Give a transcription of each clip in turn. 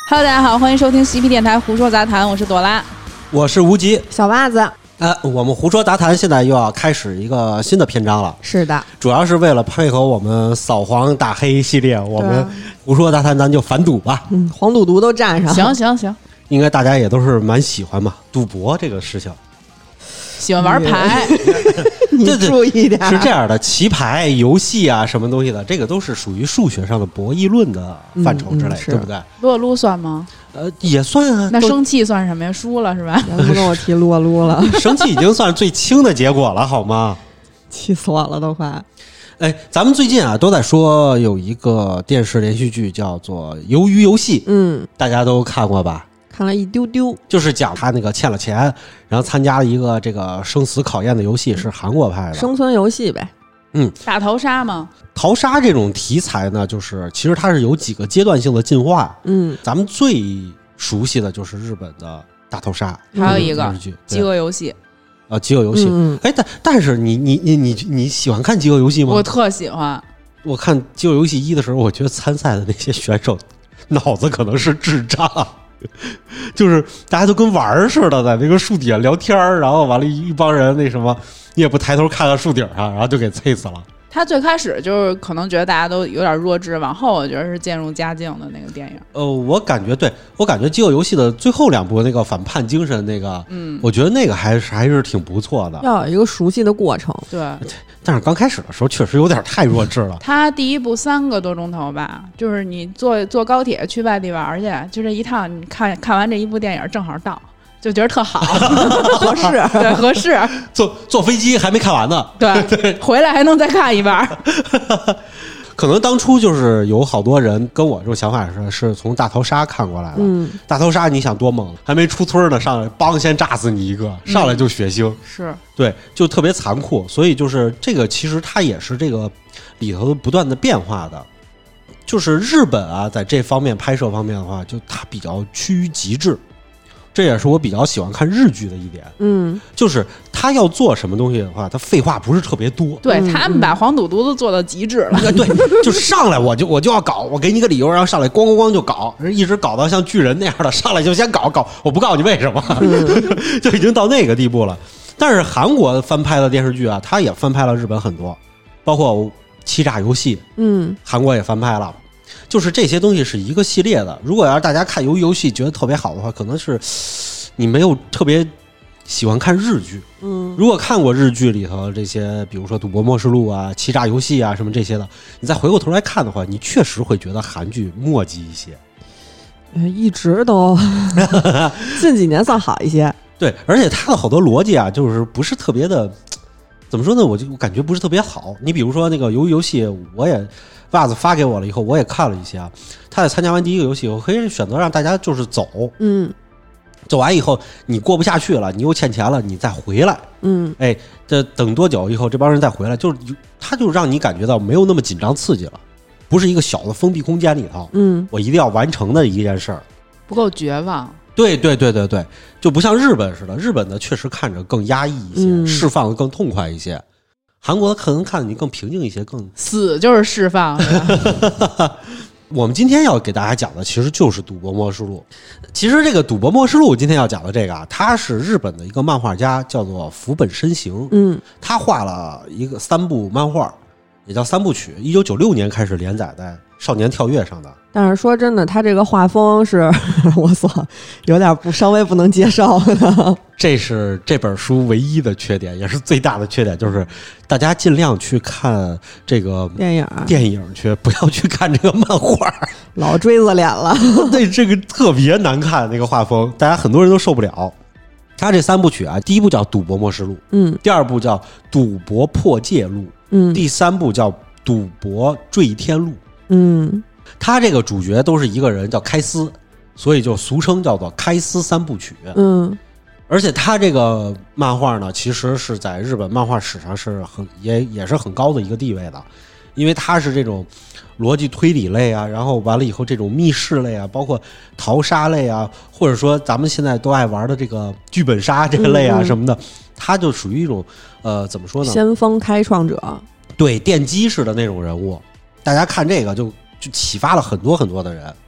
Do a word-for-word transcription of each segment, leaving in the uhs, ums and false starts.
Hello， 大家好，欢迎收听嬉皮电台胡说杂谈，我是朵拉， 我是无极， 小袜子。 呃，我们胡说杂谈现在又要开始一个新的篇章了。 是的， 主要是为了配合我们扫黄打黑系列，我们胡说杂谈咱就反赌吧。 嗯，黄赌毒都占上。 行行行， 应该大家也都是蛮喜欢嘛，赌博这个事情。 喜欢玩牌， 你注意点。 是这样的，棋牌游戏啊，什么东西的，这个都是属于数学上的博弈论的范畴之类， 嗯嗯、 对不对？ 撸啊撸算吗？ 呃，也算啊。 那生气算什么呀？输了是吧？ 别不跟我提撸啊撸了， 生气已经算最轻的结果了，好吗？ 气死我了都快。 哎，咱们最近啊都在说有一个电视连续剧叫做《鱿鱼游戏》， 嗯， 大家都看过吧？ 看了一丢丢， 就是讲他那个欠了钱，然后参加了一个这个生死考验的游戏，是韩国拍的生存游戏呗。 嗯， 大逃杀吗？ 逃杀这种题材呢，就是其实它是有几个阶段性的进化。 嗯， 咱们最熟悉的就是日本的大逃杀， 还有一个饥饿游戏。 啊，饥饿游戏。 嗯， 哎，但但是你你你你你喜欢看饥饿游戏吗？ 我特喜欢。 我看饥饿游戏一的时候，我觉得参赛的那些选手脑子可能是智障。就是大家都跟玩儿似的，在那个树底下聊天，然后完了，一帮人那什么，你也不抬头看看树顶上，然后就给啐死了。 他最开始就是可能觉得大家都有点弱智，往后我觉得是渐入佳境的那个电影。 呃，我感觉对我感觉《饥饿游戏》的最后两部那个反叛精神那个，嗯，我觉得那个还是还是挺不错的， 要有一个熟悉的过程。 对， 但是刚开始的时候确实有点太弱智了。 他第一部三个多钟头吧，就是你坐坐高铁去外地玩去，就这一趟，你看看完这一部电影正好到。就觉得特好， 合适， 对，合适。 坐坐飞机还没看完呢， 对对，回来还能再看一半。 可能当初就是有好多人跟我这种想法是，是从大逃杀看过来的。 嗯， 大逃杀你想多猛，还没出村呢，上来梆先炸死你一个，上来就血腥， 嗯、是对，就特别残酷。所以就是这个，其实它也是这个里头不断的变化的。就是日本啊，在这方面拍摄方面的话，就它比较趋于极致。这也是我比较喜欢看日剧的一点， 嗯， 就是他要做什么东西的话，他废话不是特别多。 对、嗯、他们把黄赌毒都做到极致了， 嗯、对，就上来我就我就要搞，我给你个理由，然后上来咣咣咣就搞，一直搞到像巨人那样的，上来就先搞搞，我不告诉你为什么，嗯、就已经到那个地步了。但是韩国翻拍的电视剧啊，他也翻拍了日本很多，包括欺诈游戏， 嗯， 韩国也翻拍了。就是这些东西是一个系列的，如果要是大家看鱿鱼游戏觉得特别好的话，可能是你没有特别喜欢看日剧。 嗯， 如果看过日剧里头这些，比如说《赌博默示录》啊、欺诈游戏啊什么这些的，你再回过头来看的话，你确实会觉得韩剧墨迹一些。 一直都近几年算好一些。 对，而且它的好多逻辑啊，就是不是特别的，怎么说呢？我就感觉不是特别好。你比如说那个鱿鱼游戏，我也。袜子发给我了以后，我也看了一些啊。他在参加完第一个游戏，我可以选择让大家就是走， 嗯， 走完以后你过不下去了，你又欠钱了，你再回来， 嗯， 哎，这等多久以后这帮人再回来，就是他就让你感觉到没有那么紧张刺激了，不是一个小的封闭空间里头， 嗯， 我一定要完成的一件事儿， 不够绝望。 对对对对对，就不像日本似的，日本的确实看着更压抑一些， 嗯、 释放的更痛快一些。韩国可能看着你更平静一些，更死就是释放。 我们今天要给大家讲的其实就是《赌博默示录》。其实这个《赌博默示录》今天要讲的这个啊，它是日本的一个漫画家，叫做福本伸行。 嗯，他画了一个三部漫画，也叫三部曲，一九九六年开始连载在少年跳跃上的。 但是说真的，他这个画风是我所有点不稍微不能接受的。 这是这本书唯一的缺点，也是最大的缺点，就是大家尽量去看这个电影， 电影去不要去看这个漫画， 老锥子脸了。 对，这个特别难看，那个画风，大家很多人都受不了。他这三部曲啊，第一部叫《赌博默示录》， 嗯， 第二部叫《赌博破戒录》， 嗯， 第三部叫《赌博坠天录》， 嗯。 他这个主角都是一个人叫开司，所以就俗称叫做开司三部曲。 嗯， 而且他这个漫画呢，其实是在日本漫画史上是很也也是很高的一个地位的，因为它是这种逻辑推理类啊，然后完了以后这种密室类啊，包括逃杀类啊，或者说咱们现在都爱玩的这个剧本杀这类啊什么的，嗯嗯它就属于一种呃怎么说呢？ 先锋开创者， 对，奠基式的那种人物。大家看这个就就启发了很多很多的人。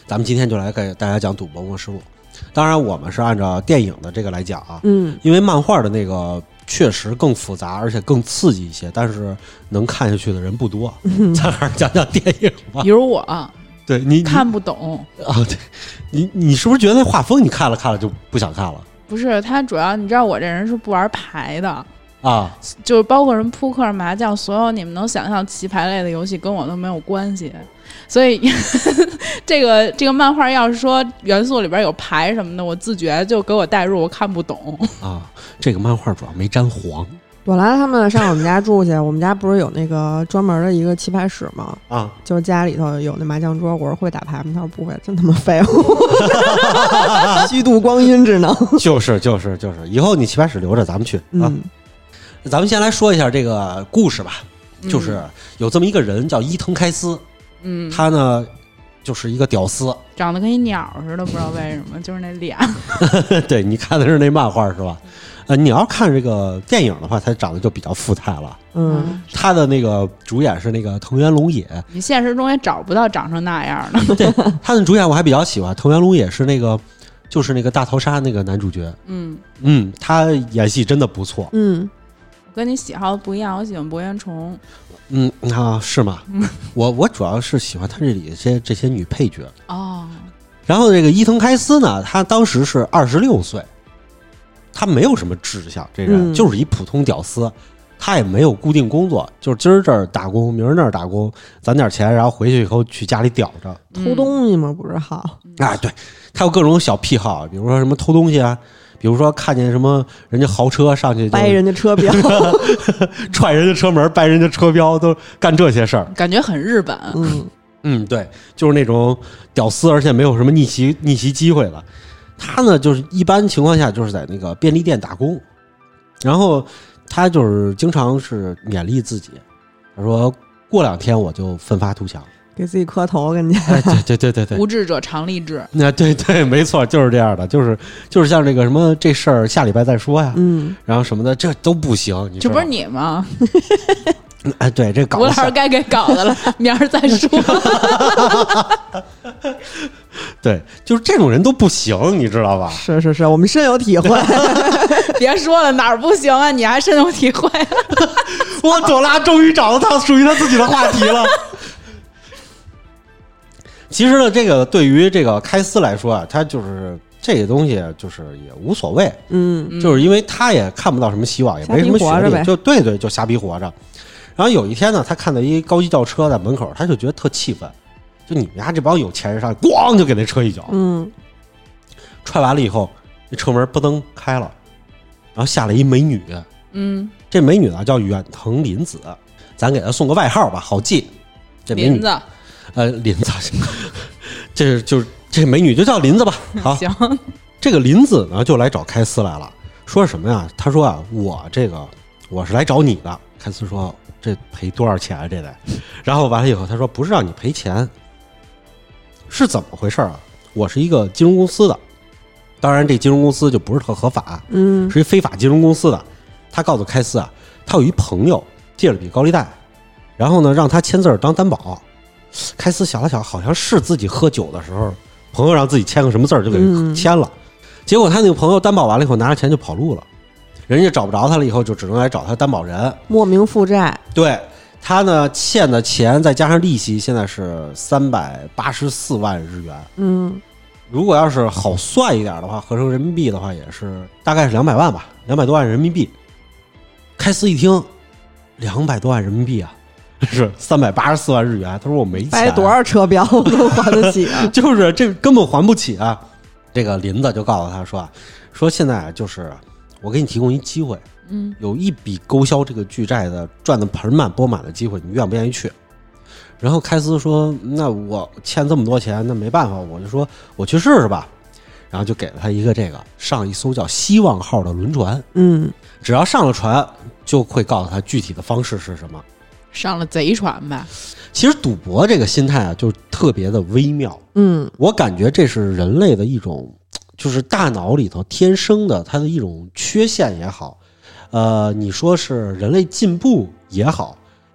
咱们今天就来给大家讲《赌博默示录》。当然，我们是按照电影的这个来讲啊， 嗯， 因为漫画的那个确实更复杂，而且更刺激一些，但是能看下去的人不多。嗯、咱还是讲讲电影吧。 比如我， 对你看不懂啊，对你你是不是觉得那画风你看了看了就不想看了？ 不是，他主要你知道我这人是不玩牌的。 啊， 就是包括什么扑克、麻将，所有你们能想象棋牌类的游戏跟我都没有关系，所以这个这个漫画要是说元素里边有牌什么的，我自觉就给我带入，我看不懂啊。这个漫画主要没沾黄。 朵拉他们上我们家住去，我们家不是有那个专门的一个棋牌室吗？啊，就是家里头有那麻将桌。我说会打牌吗？他说不会，真他妈废物，虚度光阴只能。 就是就是就是，以后你棋牌室留着，咱们去啊。 嗯， 咱们先来说一下这个故事吧，嗯、就是有这么一个人叫伊藤开司， 嗯， 他呢就是一个屌丝， 长得跟一鸟似的，不知道为什么，就是那脸。 对，你看的是那漫画是吧？呃，你要看这个电影的话，他长得就比较富态了。 嗯， 他的那个主演是那个藤原龙也， 你现实中也找不到长成那样的。 对，他的主演我还比较喜欢藤原龙也，是那个就是那个大逃杀那个男主角。 嗯嗯，他演戏真的不错。 嗯。 我跟你喜好不一样，我喜欢博彦虫。 嗯啊，是吗？嗯、我我主要是喜欢他这里些这些女配角哦。 然后这个伊藤开司呢，他当时是二十六岁，他没有什么志向，这人、嗯、就是一普通屌丝，他也没有固定工作，就是今儿这儿打工，明儿那儿打工，攒点钱，然后回去以后去家里屌着偷东西吗？不是好啊，对，他有各种小癖好，比如说什么偷东西啊。比如说看见什么人家豪车上去掰人家车标踹人家车门掰人家车标，都干这些事儿， 感觉很日本。 嗯嗯，对，就是那种屌丝，而且没有什么逆袭逆袭机会了。他呢就是一般情况下就是在那个便利店打工，然后他就是经常是勉励自己，他说过两天我就奋发图强， 给自己磕头，跟你讲， 哎，对对对对对， 无志者常立志。 那对对，没错，就是这样的，就是就是像这个什么这事儿下礼拜再说呀， 嗯， 然后什么的，这都不行，你这不是你吗？ 哎，对，这搞吴老师该给搞的了，明儿再说。 对，就是这种人都不行，你知道吧？ 是是是，我们深有体会。 别说了，哪儿不行啊？你还深有体会。 我朵拉终于找到他属于他自己的话题了。其实呢，这个对于这个开司来说啊，他就是这个东西就是也无所谓， 嗯， 就是因为他也看不到什么希望，也没什么学历，就对对，就瞎逼活着。然后有一天呢，他看到一高级轿车在门口，他就觉得特气愤，就你们家这帮有钱人上去，咣就给那车一脚， 嗯， 踹完了以后，那车门扑噔开了，然后下来一美女， 嗯， 这美女呢叫远藤林子，咱给她送个外号吧，好记。这美女林子。 呃，林子，这就是这美女就叫林子吧。好， 行。 这个林子呢，就来找开司来了，说什么呀？他说啊，我这个我是来找你的。开司说这赔多少钱啊？这得。然后完了以后，他说不是让你赔钱，是怎么回事啊？我是一个金融公司的，当然这金融公司就不是特合法， 嗯， 是一非法金融公司的。他告诉开司啊，他有一朋友借了笔高利贷，然后呢让他签字当担保。开司想了想，好像是自己喝酒的时候，朋友让自己签个什么字就给签了、嗯。结果他那个朋友担保完了以后，拿着钱就跑路了，人家找不着他了以后，就只能来找他担保人， 莫名负债。 对他呢欠的钱再加上利息，现在是三百八十四万日元。 嗯， 如果要是好算一点的话，合成人民币的话，也是大概是两百万吧，两百多万人民币。开司一听，两百多万人民币啊！是三百八十四万日元，他说我没钱， 掰多少车标都还得起啊！ 就是这根本还不起啊！这个林子就告诉他说啊，说现在就是我给你提供一机会， 嗯， 有一笔勾销这个巨债的赚的盆满钵满的机会，你愿不愿意去？然后开司说，那我欠这么多钱，那没办法，我就说我去试试吧。然后就给了他一个这个上一艘叫希望号的轮船， 嗯， 只要上了船，就会告诉他具体的方式是什么。 上了贼船吧。 其实赌博这个心态啊，就特别的微妙。 嗯， 我感觉这是人类的一种，就是大脑里头天生的它的一种缺陷也好，呃，你说是人类进步也好，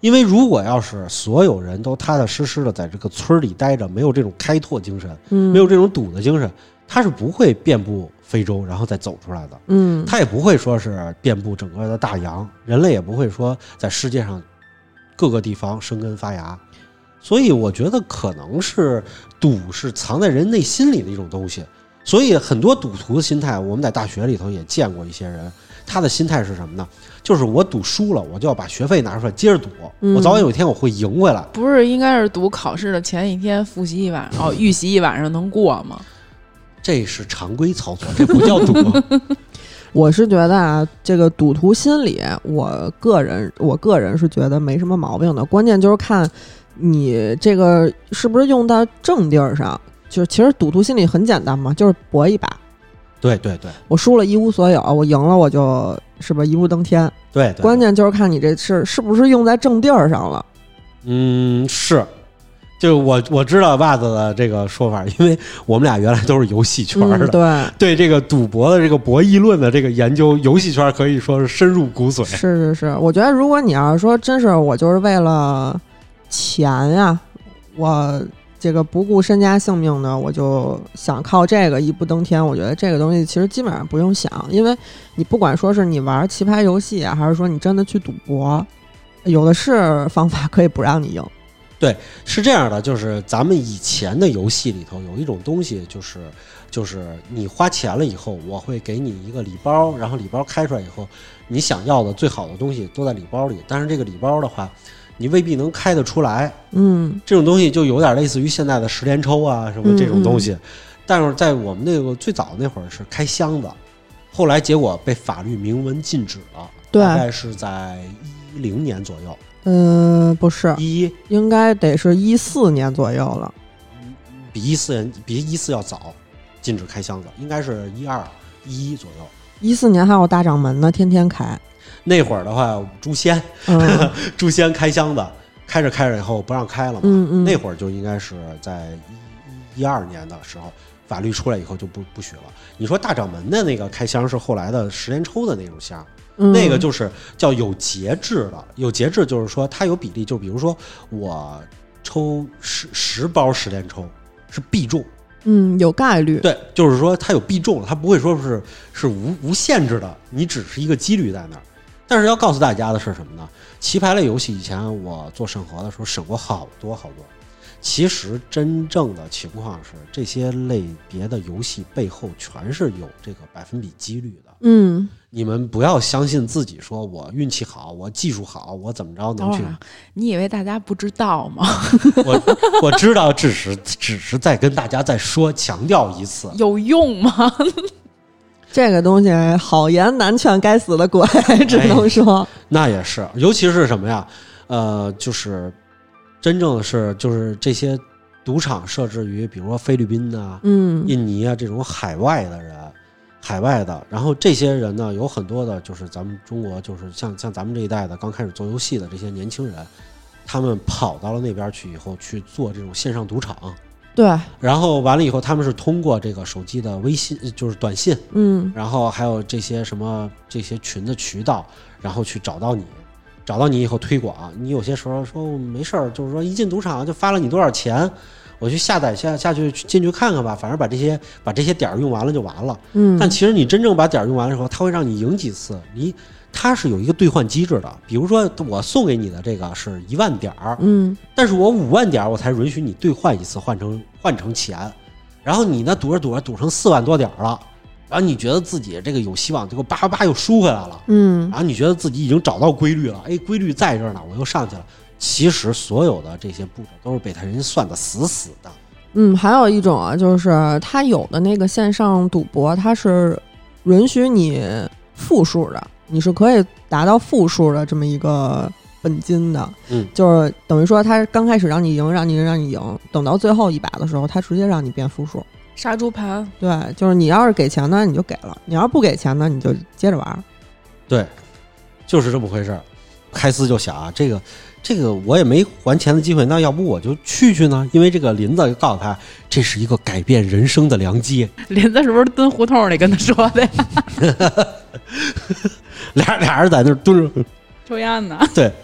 因为如果要是所有人都踏踏实实的在这个村里待着，没有这种开拓精神，嗯，没有这种赌的精神，他是不会遍布非洲然后再走出来的，嗯，他也不会说是遍布整个的大洋，人类也不会说在世界上各个地方生根发芽。所以我觉得可能是赌是藏在人内心里的一种东西，所以很多赌徒的心态，我们在大学里头也见过一些人，他的心态是什么呢？就是我赌输了，我就要把学费拿出来接着赌，嗯、我早晚有一天我会赢回来。 不是应该是赌考试的前一天复习一晚上，哦，预习一晚上能过吗？ 这是常规操作，这不叫赌。 我是觉得啊，这个赌徒心理，我个人我个人是觉得没什么毛病的，关键就是看你这个是不是用到正地儿上。就其实赌徒心理很简单嘛，就是搏一把。 对对对，我输了一无所有，我赢了我就是不是一步登天。 对, 对, 对， 关键就是看你这是是不是用在正地儿上了。 嗯，是。就我我知道袜子的这个说法，因为我们俩原来都是游戏圈的， 嗯、对对这个赌博的这个博弈论的这个研究，游戏圈可以说是深入骨髓。 是是是，我觉得如果你要是说真是我就是为了钱呀，我这个不顾身家性命的，我就想靠这个一步登天。我觉得这个东西其实基本上不用想，因为你不管说是你玩棋牌游戏啊，还是说你真的去赌博，有的是方法可以不让你赢。 对，是这样的，就是咱们以前的游戏里头有一种东西，就是就是你花钱了以后，我会给你一个礼包，然后礼包开出来以后，你想要的最好的东西都在礼包里，但是这个礼包的话，你未必能开得出来。嗯，这种东西就有点类似于现在的十连抽啊什么这种东西，嗯嗯，但是在我们那个最早那会儿是开箱子，后来结果被法律明文禁止了， 对， 大概是在一零年左右。 嗯，不是， 一应该得是一四年左右了， 比一四年比一四要早，禁止开箱子，应该是一二一左右。 一四年还有大掌门呢，天天开。 那会儿的话，诛仙，嗯、诛仙开箱子，开着开着以后不让开了嘛。嗯嗯。那会儿就应该是在一一二年的时候，法律出来以后就不不许了。你说大掌门的那个开箱是后来的十连抽的那种箱。嗯、那个就是叫有节制的，有节制就是说它有比例，就比如说我抽十十包十连抽是必中， 嗯，有概率， 对，就是说它有必中了，它不会说是是无无限制的，你只是一个几率在那儿。但是要告诉大家的是什么呢？棋牌类游戏以前我做审核的时候审过好多好多，其实真正的情况是这些类别的游戏背后全是有这个百分比几率的。嗯，你们不要相信自己说我运气好，我技术好，我怎么着能去、哦、 你以为大家不知道吗？ 我我知道，只是只是再跟大家再说强调一次， 有用吗？ 这个东西好言难劝该死的鬼，只能说、哎、 那也是，尤其是什么呀，呃就是真正的是就是这些赌场设置于比如说菲律宾啊、嗯、印尼啊这种海外的人，海外的，然后这些人呢有很多的就是咱们中国就是像像咱们这一代的刚开始做游戏的这些年轻人，他们跑到了那边去以后去做这种线上赌场。 对， 然后完了以后他们是通过这个手机的微信就是短信，嗯，然后还有这些什么这些群的渠道，然后去找到你，找到你以后推广。你有些时候说没事儿，就是说一进赌场就发了你多少钱，我去下载下下去进去看看吧，反正把这些把这些点用完了就完了。嗯，但其实你真正把点用完了之后，他会让你赢几次，你它是有一个兑换机制的。比如说我送给你的这个是一万点儿，嗯，但是我五万点我才允许你兑换一次，换成换成钱。然后你呢赌着赌着赌成四万多点了，然后你觉得自己这个有希望，结果叭叭叭又输回来了，嗯，然后你觉得自己已经找到规律了，哎，规律在这儿呢，我又上去了。其实所有的这些步骤都是被他人算得死死的。 嗯，还有一种啊，就是他有的那个线上赌博，它是允许你负数的，你是可以达到负数的这么一个本金的。嗯，就是等于说他刚开始让你赢，让你让你赢，等到最后一把的时候，他直接让你变负数， 杀猪盘。 对，就是你要是给钱呢，你就给了；你要是不给钱呢，你就接着玩。 对，就是这么回事。开司就想啊，这个。这个我也没还钱的机会，那要不我就去去呢？因为这个林子就告诉他，这是一个改变人生的良机。 林子是不是蹲胡同里跟他说的呀？ 俩俩人在那儿蹲着抽烟呢。 对，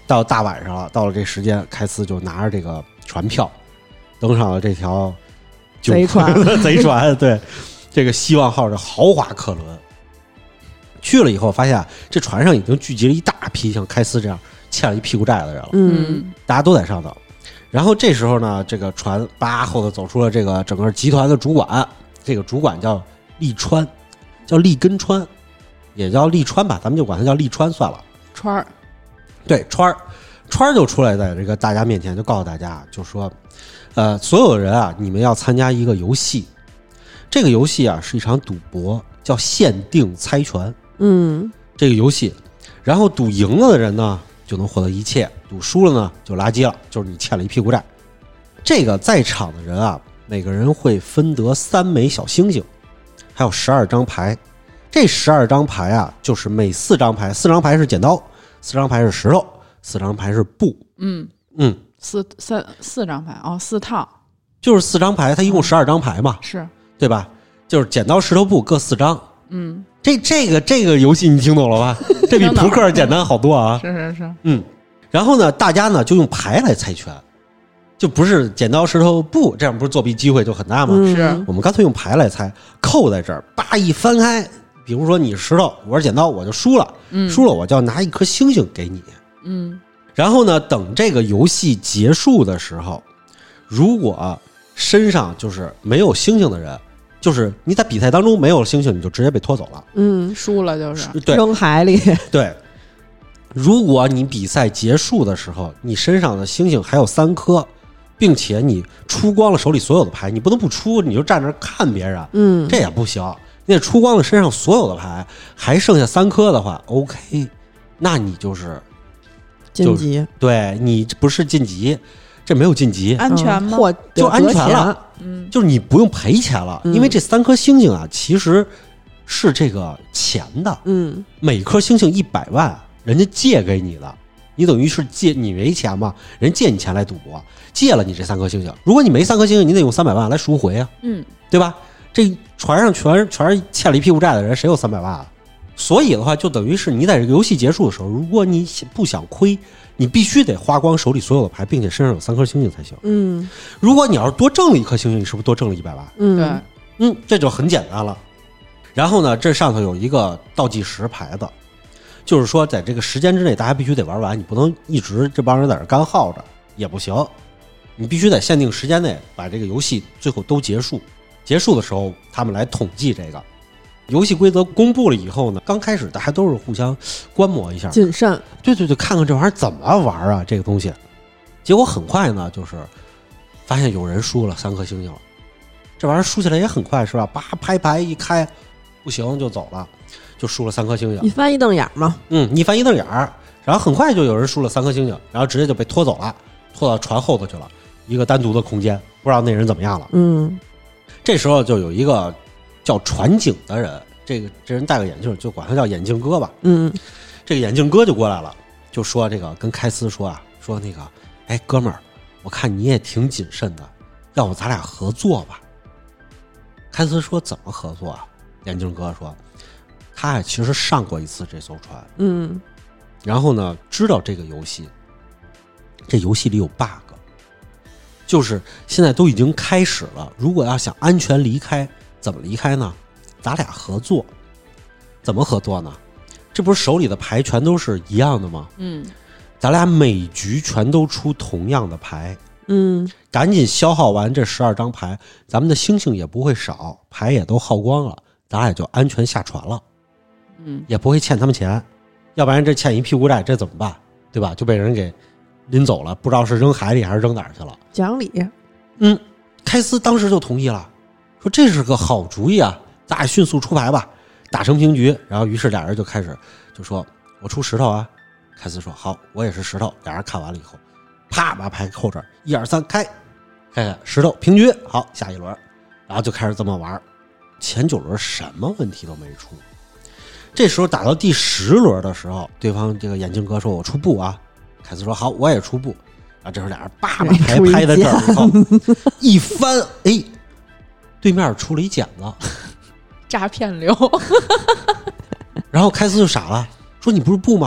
到大晚上了，到了这时间，开司就拿着这个船票登上了这条贼船贼船对，这个希望号的豪华客轮。去了以后发现这船上已经聚集了一大批像开司这样欠了一屁股债的人了， 嗯， 大家都在上头。然后这时候呢，这个船叭后头走出了这个整个集团的主管，这个主管叫利川，叫利根川，也叫利川吧，咱们就管他叫利川算了。 川儿， 对，川儿，川儿就出来在这个大家面前就告诉大家，就说，呃，所有人啊，你们要参加一个游戏，这个游戏啊是一场赌博，叫限定猜拳。 嗯， 这个游戏，然后赌赢了的人呢就能获得一切，赌输了呢就垃圾了，就是你欠了一屁股债。这个在场的人啊，每个人会分得三枚小星星，还有十二张牌。这十二张牌啊，就是每四张牌，四张牌是剪刀，四张牌是石头，四张牌是布。 嗯嗯， 四三四张牌哦，四套， 就是四张牌，它一共十二张牌嘛， 是对吧？就是剪刀石头布各四张。 嗯， 这这个这个游戏你听懂了吧？这比扑克简单好多啊！ 是是是， 嗯。然后呢，大家呢就用牌来猜拳，就不是剪刀石头布，这样不是作弊机会就很大吗？ 嗯、 是我们干脆用牌来猜，扣在这儿，叭一翻开，比如说你是石头，我是剪刀，我就输了， 嗯、 输了我就要拿一颗星星给你。 嗯。 然后呢，等这个游戏结束的时候，如果身上就是没有星星的人。就是你在比赛当中没有星星，你就直接被拖走了。 嗯， 输了就是对扔海里。 对，如果你比赛结束的时候，你身上的星星还有三颗，并且你出光了手里所有的牌，你不能不出，你就站着看别人， 嗯， 这也不行。你得出光了身上所有的牌，还剩下三颗的话 ，OK， 那你就是晋级。 对你不是晋级。这没有晋级， 安全吗？ 嗯、 就安全了， 嗯， 就是你不用赔钱了， 嗯、 因为这三颗星星啊，其实是这个钱的， 嗯， 每颗星星一百万，人家借给你的，你等于是借你没钱嘛，人借你钱来赌博，借了你这三颗星星，如果你没三颗星星，你得用三百万来赎回啊， 嗯， 对吧？这船上全全是欠了一屁股债的人，谁有三百万啊？所以的话，就等于是你在这个游戏结束的时候，如果你不想亏。你必须得花光手里所有的牌，并且身上有三颗星星才行。 嗯， 如果你要是多挣了一颗星星，你是不是多挣了一百万？ 嗯， 对， 嗯，这就很简单了。然后呢，这上头有一个倒计时牌子，就是说在这个时间之内，大家必须得玩完，你不能一直这帮人在这干耗着，也不行。你必须在限定时间内把这个游戏最后都结束。结束的时候，他们来统计这个。游戏规则公布了以后呢，刚开始大家都是互相观摩一下， 谨慎， 对对对，看看这玩意儿怎么玩啊，这个东西。结果很快呢，就是发现有人输了三颗星星了，这玩意儿输起来也很快，是吧？叭拍牌一开，不行就走了，就输了三颗星星。 一翻一瞪眼嘛， 嗯，一翻一瞪眼儿，然后很快就有人输了三颗星星，然后直接就被拖走了，拖到船后头去了，一个单独的空间，不知道那人怎么样了。 嗯， 这时候就有一个叫船警的人，这个这人戴个眼镜，就管他叫眼镜哥吧。 嗯， 这个眼镜哥就过来了，就说这个跟开司说啊，说那个，哎，哥们儿，我看你也挺谨慎的，要不咱俩合作吧？开司说怎么合作啊？眼镜哥说，他呀其实上过一次这艘船， 嗯， 然后呢知道这个游戏，这游戏里有 bug， 就是现在都已经开始了，如果要想安全离开，怎么离开呢？咱俩合作，怎么合作呢？这不是手里的牌全都是一样的吗？ 嗯， 咱俩每局全都出同样的牌， 嗯， 赶紧消耗完这十二张牌，咱们的星星也不会少，牌也都耗光了，咱俩就安全下船了， 嗯， 也不会欠他们钱，要不然这欠一屁股债，这怎么办？对吧？就被人给拎走了，不知道是扔海里还是扔哪儿去了。 讲理。 嗯，开司当时就同意了，说这是个好主意啊，咱俩迅速出牌吧，打成平局。然后于是俩人就开始就说，我出石头啊。开司说好，我也是石头。俩人看完了以后，啪把牌扣这儿，一二三开，看看石头平局，好，下一轮，然后就开始这么玩。前九轮什么问题都没出，这时候打到第十轮的时候，对方这个眼镜哥说我出布啊，开司说好，我也出布。然后这时候俩人叭把牌拍在这儿以后，一翻，哎，对面出了一剪子， 诈骗流。 然后开司就傻了，说你不是布吗？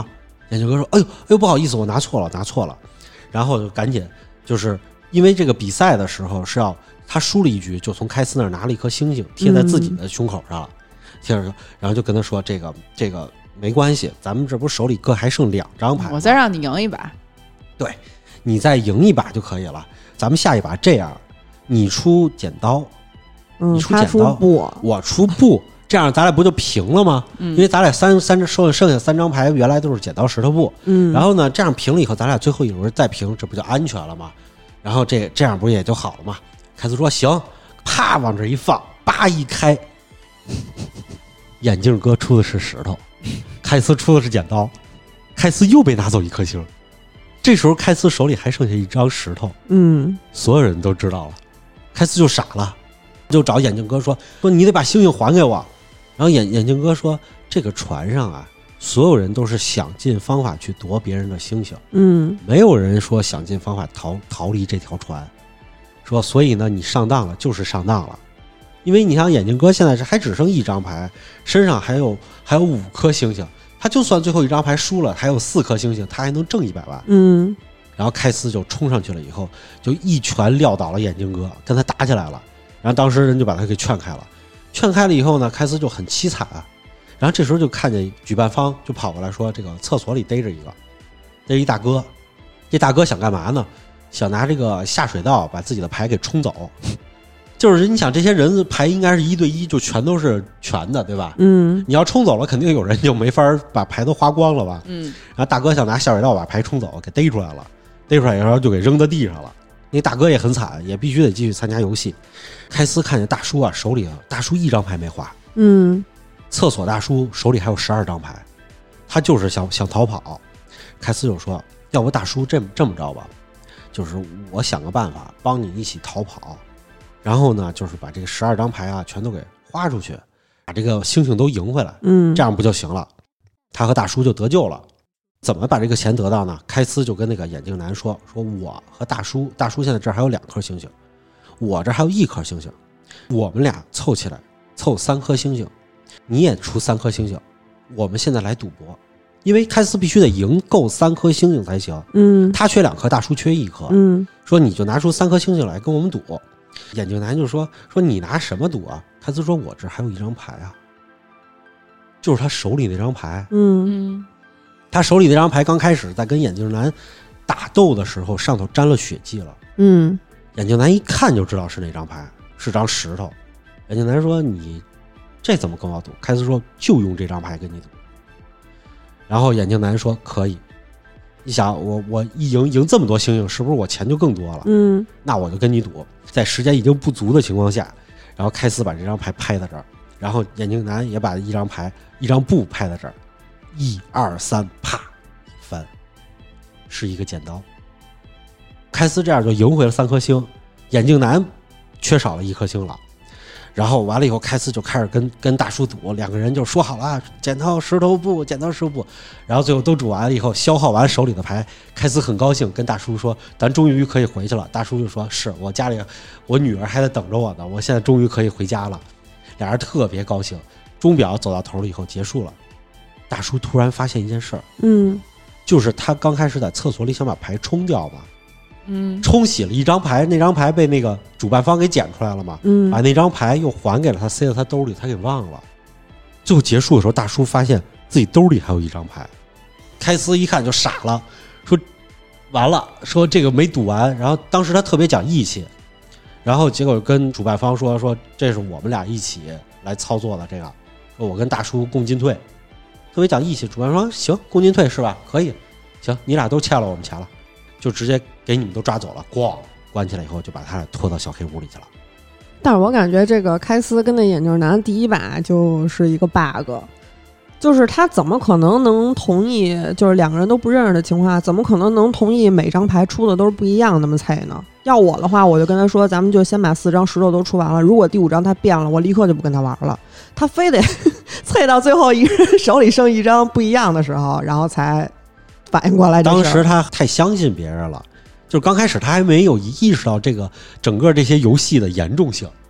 眼镜哥说：“哎呦，哎呦，不好意思，我拿错了，拿错了。”然后就赶紧，就是因为这个比赛的时候是要他输了一局，就从开司那儿拿了一颗星星贴在自己的胸口上了，贴着说，然后就跟他说：“这个这个没关系，咱们这不手里各还剩两张牌， 我再让你赢一把， 对，你再赢一把就可以了。咱们下一把这样，你出剪刀， 嗯、 你出剪刀， 布， 我出布。”这样咱俩不就平了吗？嗯、因为咱俩三三剩剩下三张牌原来都是剪刀石头布， 嗯， 然后呢，这样平了以后，咱俩最后一轮再平，这不就安全了吗？然后这这样不也就好了吗？凯斯说行，啪往这一放，叭一开，眼镜哥出的是石头，凯斯出的是剪刀，凯斯又被拿走一颗星。这时候凯斯手里还剩下一张石头， 嗯， 所有人都知道了，凯斯就傻了，就找眼镜哥说说你得把星星还给我。然后眼眼镜哥说：“这个船上啊，所有人都是想尽方法去夺别人的星星， 嗯， 没有人说想尽方法逃逃离这条船。说所以呢，你上当了，就是上当了，因为你像眼镜哥现在是还只剩一张牌，身上还有还有五颗星星，他就算最后一张牌输了，还有四颗星星，他还能挣一百万。 嗯， 然后开司就冲上去了，以后就一拳撂倒了眼镜哥，跟他打起来了。然后当时人就把他给劝开了。”劝开了以后呢，开司就很凄惨啊。然后这时候就看见举办方就跑过来说，这个厕所里逮着一个，逮着一大哥。这大哥想干嘛呢？想拿这个下水道把自己的牌给冲走。就是你想这些人牌应该是一对一，就全都是全的，对吧？ 嗯， 你要冲走了，肯定有人就没法把牌都花光了吧？ 嗯。 然后大哥想拿下水道把牌冲走，给逮出来了，逮出来以后就给扔到地上了。那大哥也很惨，也必须得继续参加游戏。开司看见大叔啊，手里大叔一张牌没花， 嗯， 厕所大叔手里还有十二张牌，他就是想想逃跑。开司就说：“要不大叔这么这么着吧，就是我想个办法帮你一起逃跑，然后呢，就是把这个十二张牌啊全都给花出去，把这个星星都赢回来， 嗯， 这样不就行了？他和大叔就得救了。”怎么把这个钱得到呢？开司就跟那个眼镜男说：“说我和大叔，大叔现在这儿还有两颗星星，我这还有一颗星星，我们俩凑起来凑三颗星星，你也出三颗星星，我们现在来赌博，因为开司必须得赢够三颗星星才行。 嗯， 他缺两颗，大叔缺一颗。 嗯，说你就拿出三颗星星来跟我们赌。”眼镜男就说：“说你拿什么赌啊？”开司说：“我这还有一张牌啊，就是他手里那张牌。” 嗯嗯。 他手里那张牌刚开始在跟眼镜男打斗的时候，上头沾了血迹了。 嗯， 眼镜男一看就知道是那张牌，是张石头。眼镜男说：“你这怎么跟我赌？”开司说：“就用这张牌跟你赌。”然后眼镜男说：“可以。你想，我我一赢赢这么多星星，是不是我钱就更多了？ 嗯， 那我就跟你赌，在时间已经不足的情况下，然后开司把这张牌拍在这儿，然后眼镜男也把一张牌一张布拍在这儿。一二三，啪，翻，是一个剪刀。开司这样就赢回了三颗星，眼镜男缺少了一颗星了。然后完了以后，开司就开始跟跟大叔赌，两个人就说好了，剪刀石头布，剪刀石头布。然后最后都赌完了以后，消耗完手里的牌，开司很高兴，跟大叔说：“咱终于可以回去了。”大叔就说：“是我家里我女儿还在等着我呢，我现在终于可以回家了。”俩人特别高兴。钟表走到头了以后结束了。大叔突然发现一件事儿， 嗯， 就是他刚开始在厕所里想把牌冲掉嘛， 嗯， 冲洗了一张牌，那张牌被那个主办方给捡出来了嘛， 嗯， 把那张牌又还给了他，塞在他兜里，他给忘了。最后结束的时候，大叔发现自己兜里还有一张牌，开司一看就傻了，说完了，说这个没赌完。然后当时他特别讲义气，然后结果跟主办方说说这是我们俩一起来操作的，这个说我跟大叔共进退。特别讲义气，主办方说行，共进退是吧？可以，行，你俩都欠了我们钱了，就直接给你们都抓走了，咣关起来以后，就把他俩拖到小黑屋里去了。 但是我感觉这个开司跟那眼镜男第一把就是一个 bug， 就是他怎么可能能同意，就是两个人都不认识的情况下，怎么可能能同意每张牌出的都是不一样那么猜呢？要我的话，我就跟他说，咱们就先把四张石头都出完了，如果第五张他变了，我立刻就不跟他玩了。他非得猜到最后一个人手里剩一张不一样的时候，然后才反应过来这事。 当时他太相信别人了，就是刚开始他还没有意识到这个整个这些游戏的严重性。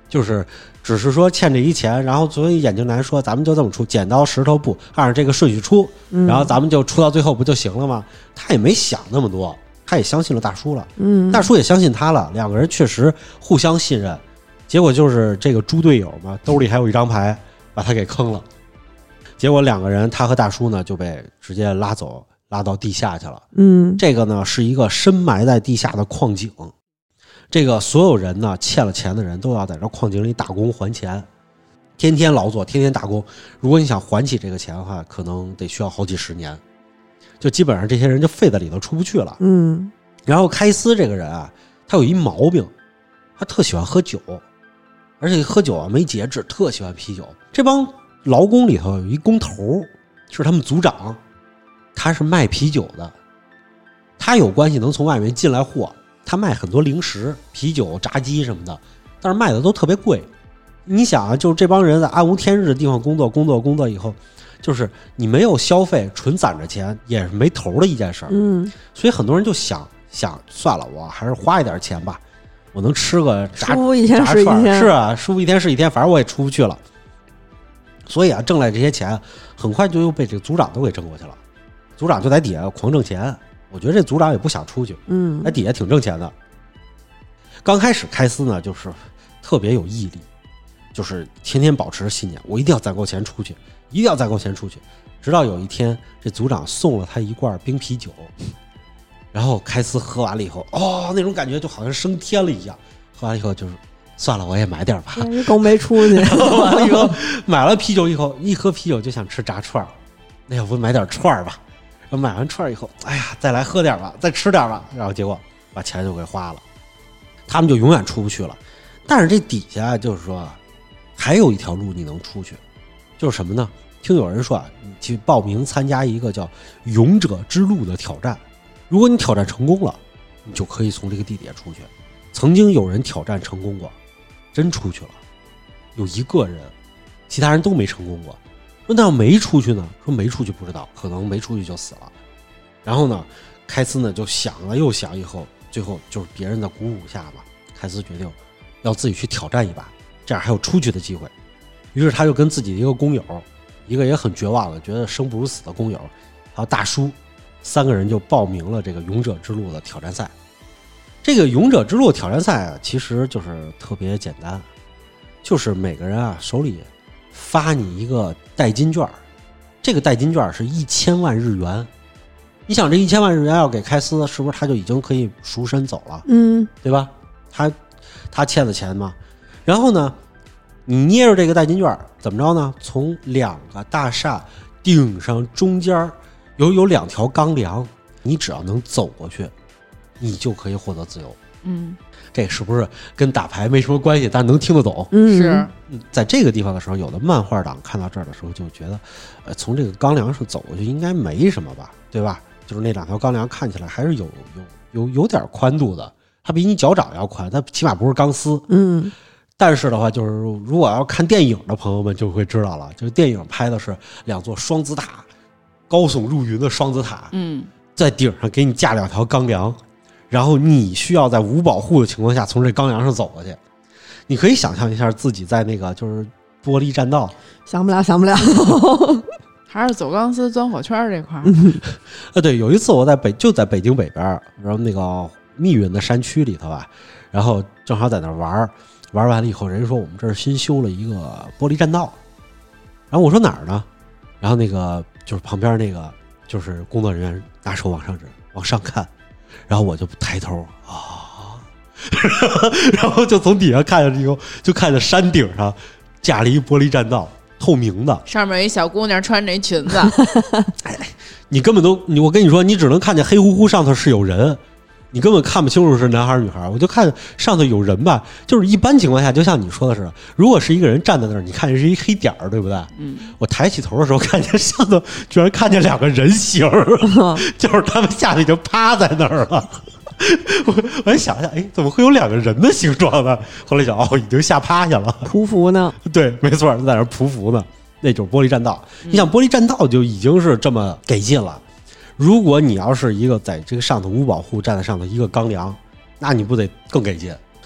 就是只是说欠这一钱，然后所以眼镜男说咱们就这么出，剪刀石头布，按照这个顺序出，然后咱们就出到最后不就行了吗？他也没想那么多，他也相信了大叔了，嗯，大叔也相信他了，两个人确实互相信任。结果就是这个猪队友嘛，兜里还有一张牌，把他给坑了。结果两个人他和大叔呢就被直接拉走，拉到地下去了。嗯，这个呢是一个深埋在地下的矿井。这个所有人呢欠了钱的人都要在这矿井里打工还钱，天天劳作，天天打工。如果你想还起这个钱的话，可能得需要好几十年，就基本上这些人就废在里头出不去了。嗯，然后开司这个人啊，他有一毛病，他特喜欢喝酒，而且喝酒啊没节制，特喜欢啤酒。这帮劳工里头有一工头是他们组长，他是卖啤酒的，他有关系能从外面进来货。他卖很多零食、啤酒、炸鸡什么的，但是卖的都特别贵。你想啊，就是这帮人在暗无天日的地方工作，工作，工作以后，就是你没有消费，纯攒着钱，也是没头的一件事儿。嗯，所以很多人就想想，算了，我还是花一点钱吧，我能吃个炸舒服一天是一天， 是啊，舒服一天是一天，反正我也出不去了。所以啊，挣来这些钱，很快就又被这个组长都给挣过去了。组长就在底下狂挣钱。我觉得这组长也不想出去，嗯，在底下挺挣钱的。刚开始开司呢，就是特别有毅力，就是天天保持着信念，我一定要攒够钱出去，一定要攒够钱出去。直到有一天，这组长送了他一罐冰啤酒，然后开司喝完了以后，哦，那种感觉就好像升天了一样。喝完了以后就是算了，我也买点吧， 刚没出去。 完了以后买了啤酒以后，一喝啤酒就想吃炸串，那要不买点串吧。买完串以后，哎呀，再来喝点吧，再吃点吧，然后结果把钱就给花了，他们就永远出不去了。但是这底下就是说，还有一条路你能出去，就是什么呢？听有人说啊，你去报名参加一个叫“勇者之路”的挑战，如果你挑战成功了，你就可以从这个地点出去。曾经有人挑战成功过，真出去了，有一个人，其他人都没成功过。说那要没出去呢？说没出去不知道，可能没出去就死了。然后呢，开司呢就想了又想，以后最后就是别人的鼓舞下嘛，开司决定要自己去挑战一把，这样还有出去的机会。于是他就跟自己的一个工友，一个也很绝望的，觉得生不如死的工友，还有大叔，三个人就报名了这个勇者之路的挑战赛。这个勇者之路挑战赛啊，其实就是特别简单，就是每个人啊手里发你一个代金券，这个代金券是一千万日元。你想这一千万日元要给开司，是不是他就已经可以赎身走了？嗯，对吧？他他欠的钱嘛。然后呢，你捏着这个代金券怎么着呢？从两个大厦顶上中间有有两条钢梁，你只要能走过去，你就可以获得自由。嗯，这是不是跟打牌没什么关系？但能听得懂。 嗯，是在这个地方的时候，有的漫画党看到这儿的时候就觉得，呃，从这个钢梁上走过去应该没什么吧，对吧？就是那两条钢梁看起来还是有有有有点宽度的，它比你脚掌要宽，它起码不是钢丝。嗯，但是的话，就是如果要看电影的朋友们就会知道了，就是电影拍的是两座双子塔，高耸入云的双子塔。嗯，在顶上给你架两条钢梁。然后你需要在无保护的情况下从这钢梁上走过去，你可以想象一下自己在那个就是玻璃栈道， 想不了想不了还是走钢丝钻火圈这块呃，对，有一次我在北就在北京北边，然后那个密云的山区里头吧，然后正好在那玩玩完了以后，人说我们这儿新修了一个玻璃栈道，然后我说哪儿呢？然后那个就是旁边那个就是工作人员拿手往上指往上看，然后我就抬头啊，然后就从底下看着以后，就看着山顶上架了一玻璃栈道，透明的， 上面有一小姑娘穿着一裙子， 哎，你根本都，你我跟你说，你只能看见黑乎乎上头是有人，你根本看不清楚是男孩女孩。我就看上头有人吧，就是一般情况下，就像你说的似的，如果是一个人站在那儿，你看是一黑点儿，对不对？嗯。我抬起头的时候，看见上头居然看见两个人形，就是他们下面已经趴在那儿了。我我还想想，哎，怎么会有两个人的形状呢？后来想，哦，已经吓趴下了， 匍匐呢？ 对，没错，在那儿匍匐呢。那就是玻璃栈道。嗯、你想，玻璃栈道就已经是这么给劲了。如果你要是一个在这个上头无保护站在上头一个钢梁，那你不得更给劲？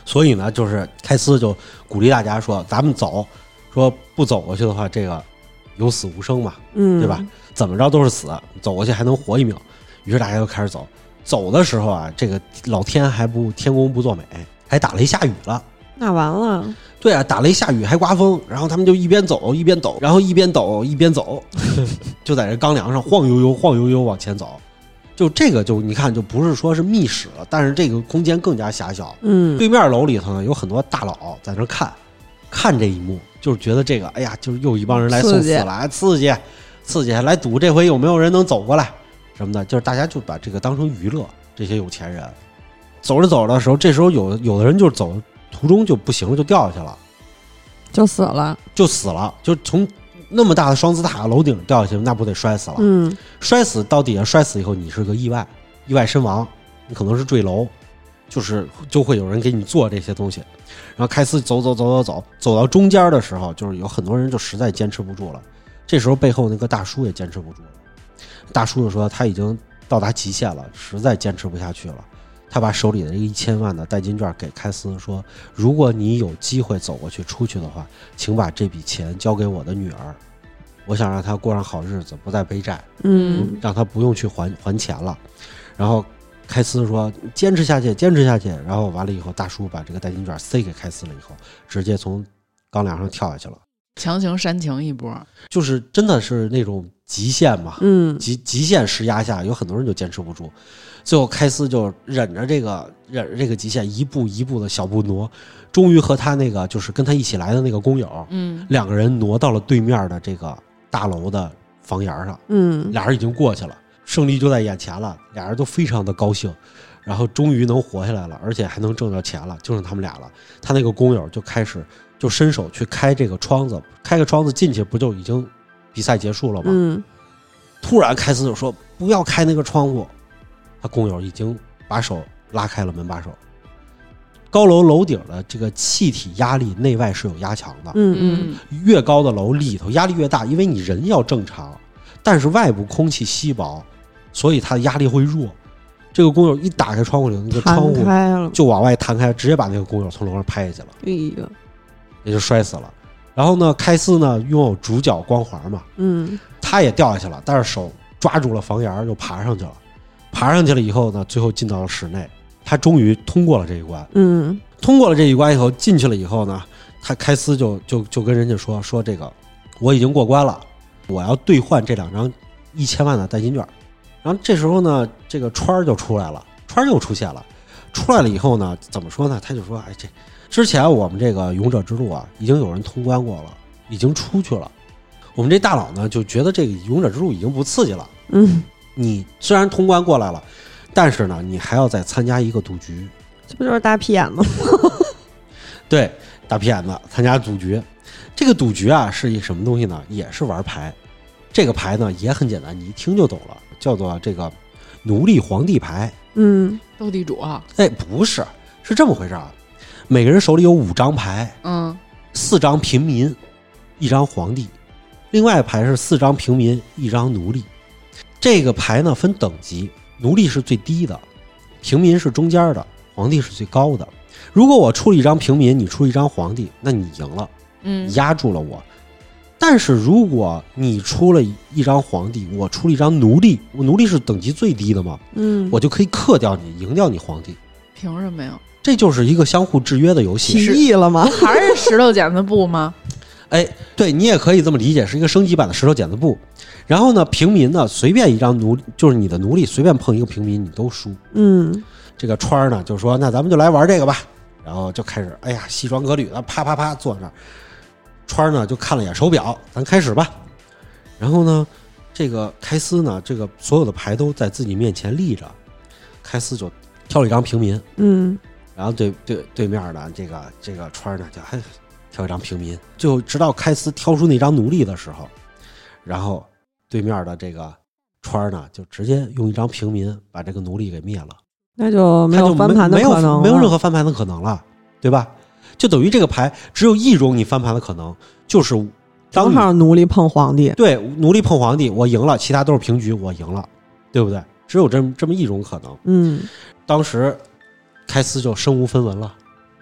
所以呢，就是开司就鼓励大家说：“咱们走，说不走过去的话，这个有死无生嘛， 嗯， 对吧？怎么着都是死，走过去还能活一命。”于是大家就开始走。走的时候啊，这个老天还不天公不作美，还打雷下雨了。 那完了。 对啊，打雷下雨还刮风，然后他们就一边走一边抖，然后一边抖一边走，就在这钢梁上晃悠悠晃悠悠往前走。就这个就你看，就不是说是密室了，但是这个空间更加狭小。 嗯， 对面楼里头呢有很多大佬在那看，看这一幕，就是觉得这个，哎呀，就是又一帮人来送死了，刺激，刺激，来赌这回有没有人能走过来什么的，就是大家就把这个当成娱乐。这些有钱人走着走的时候，这时候有有的人就是走途中就不行了，就掉下去了， 就死了， 就死了，就从那么大的双子塔楼顶掉下去，那不得摔死了？ 嗯， 摔死到底下摔死以后，你是个意外，意外身亡，你可能是坠楼，就是就会有人给你做这些东西。然后开司走走走走走走到中间的时候，就是有很多人就实在坚持不住了。这时候背后那个大叔也坚持不住了，大叔就说他已经到达极限了，实在坚持不下去了。他把手里的这个一千万的代金券给开司，说：“如果你有机会走过去出去的话，请把这笔钱交给我的女儿，我想让她过上好日子，不再背债， 嗯， 让她不用去还还钱了。”然后开司说：“坚持下去，坚持下去。”然后完了以后，大叔把这个代金券塞给开司了以后，直接从钢梁上跳下去了， 强行煽情一波， 就是真的是那种极限嘛， 嗯， 极极限施压下，有很多人就坚持不住。最后开司就忍着这个忍着这个极限，一步一步的小步挪，终于和他那个就是跟他一起来的那个工友， 嗯， 两个人挪到了对面的这个大楼的房檐上， 嗯， 俩人已经过去了，胜利就在眼前了，俩人都非常的高兴，然后终于能活下来了，而且还能挣着钱了，就剩他们俩了。他那个工友就开始就伸手去开这个窗子，开个窗子进去，不就已经比赛结束了吗？ 嗯， 突然开司就说不要开那个窗户，他工友已经把手拉开了门把手。高楼楼顶的这个气体压力内外是有压强的， 嗯嗯， 越高的楼里头压力越大，因为你人要正常，但是外部空气稀薄，所以它的压力会弱。这个工友一打开窗户里，那个窗户就往外弹开，直接把那个工友从楼上拍下去了， 哎呀， 也就摔死了。然后呢，开司呢拥有主角光环嘛， 嗯， 他也掉下去了，但是手抓住了房檐，又爬上去了。爬上去了以后呢，最后进到了室内，他终于通过了这一关。 嗯， 通过了这一关以后，进去了以后呢，他开司就就就跟人家说说这个，我已经过关了，我要兑换这两张一千万的代金券。然后这时候呢，这个川儿就出来了，川儿又出现了。出来了以后呢，怎么说呢？他就说，哎，这之前我们这个勇者之路啊，已经有人通关过了，已经出去了。我们这大佬呢，就觉得这个勇者之路已经不刺激了。 嗯。 你虽然通关过来了，但是呢，你还要再参加一个赌局， 这不就是大屁眼子吗？ 对，大屁眼子参加赌局。这个赌局啊，是一什么东西呢？也是玩牌。这个牌呢也很简单，你一听就懂了，叫做这个奴隶皇帝牌。 嗯， 斗地主啊？ 哎，不是，是这么回事啊。每个人手里有五张牌， 嗯， 四张平民，一张皇帝，另外牌是四张平民，一张奴隶。这个牌呢分等级，奴隶是最低的，平民是中间的，皇帝是最高的。如果我出了一张平民，你出了一张皇帝，那你赢了， 嗯， 你压住了我。但是如果你出了一张皇帝，我出了一张奴隶，我奴隶是等级最低的嘛， 嗯， 我就可以克掉你，赢掉你皇帝。 凭什么呀？ 这就是一个相互制约的游戏。 提议了吗？ 还是石头剪子布吗？ 哎，对，你也可以这么理解，是一个升级版的石头剪子布。然后呢，平民呢，随便一张奴隶，就是你的奴隶随便碰一个平民，你都输。 嗯， 这个川儿呢就说，那咱们就来玩这个吧。然后就开始，哎呀，西装革履的，啪啪啪坐那儿。川儿呢就看了眼手表，咱开始吧。然后呢，这个开司呢，这个所有的牌都在自己面前立着，开司就挑了一张平民， 嗯， 然后对对对面呢，这个这个川儿呢就还挑一张平民，最后直到开司挑出那张奴隶的时候，然后对面的这个川儿呢就直接用一张平民把这个奴隶给灭了， 那就没有翻盘的可能， 没有没有任何翻盘的可能了，对吧？就等于这个牌只有一种你翻盘的可能，就是当正好奴隶碰皇帝， 对，奴隶碰皇帝，我赢了，其他都是平局，我赢了，对不对？只有这么这么一种可能。 嗯， 当时开司就身无分文了，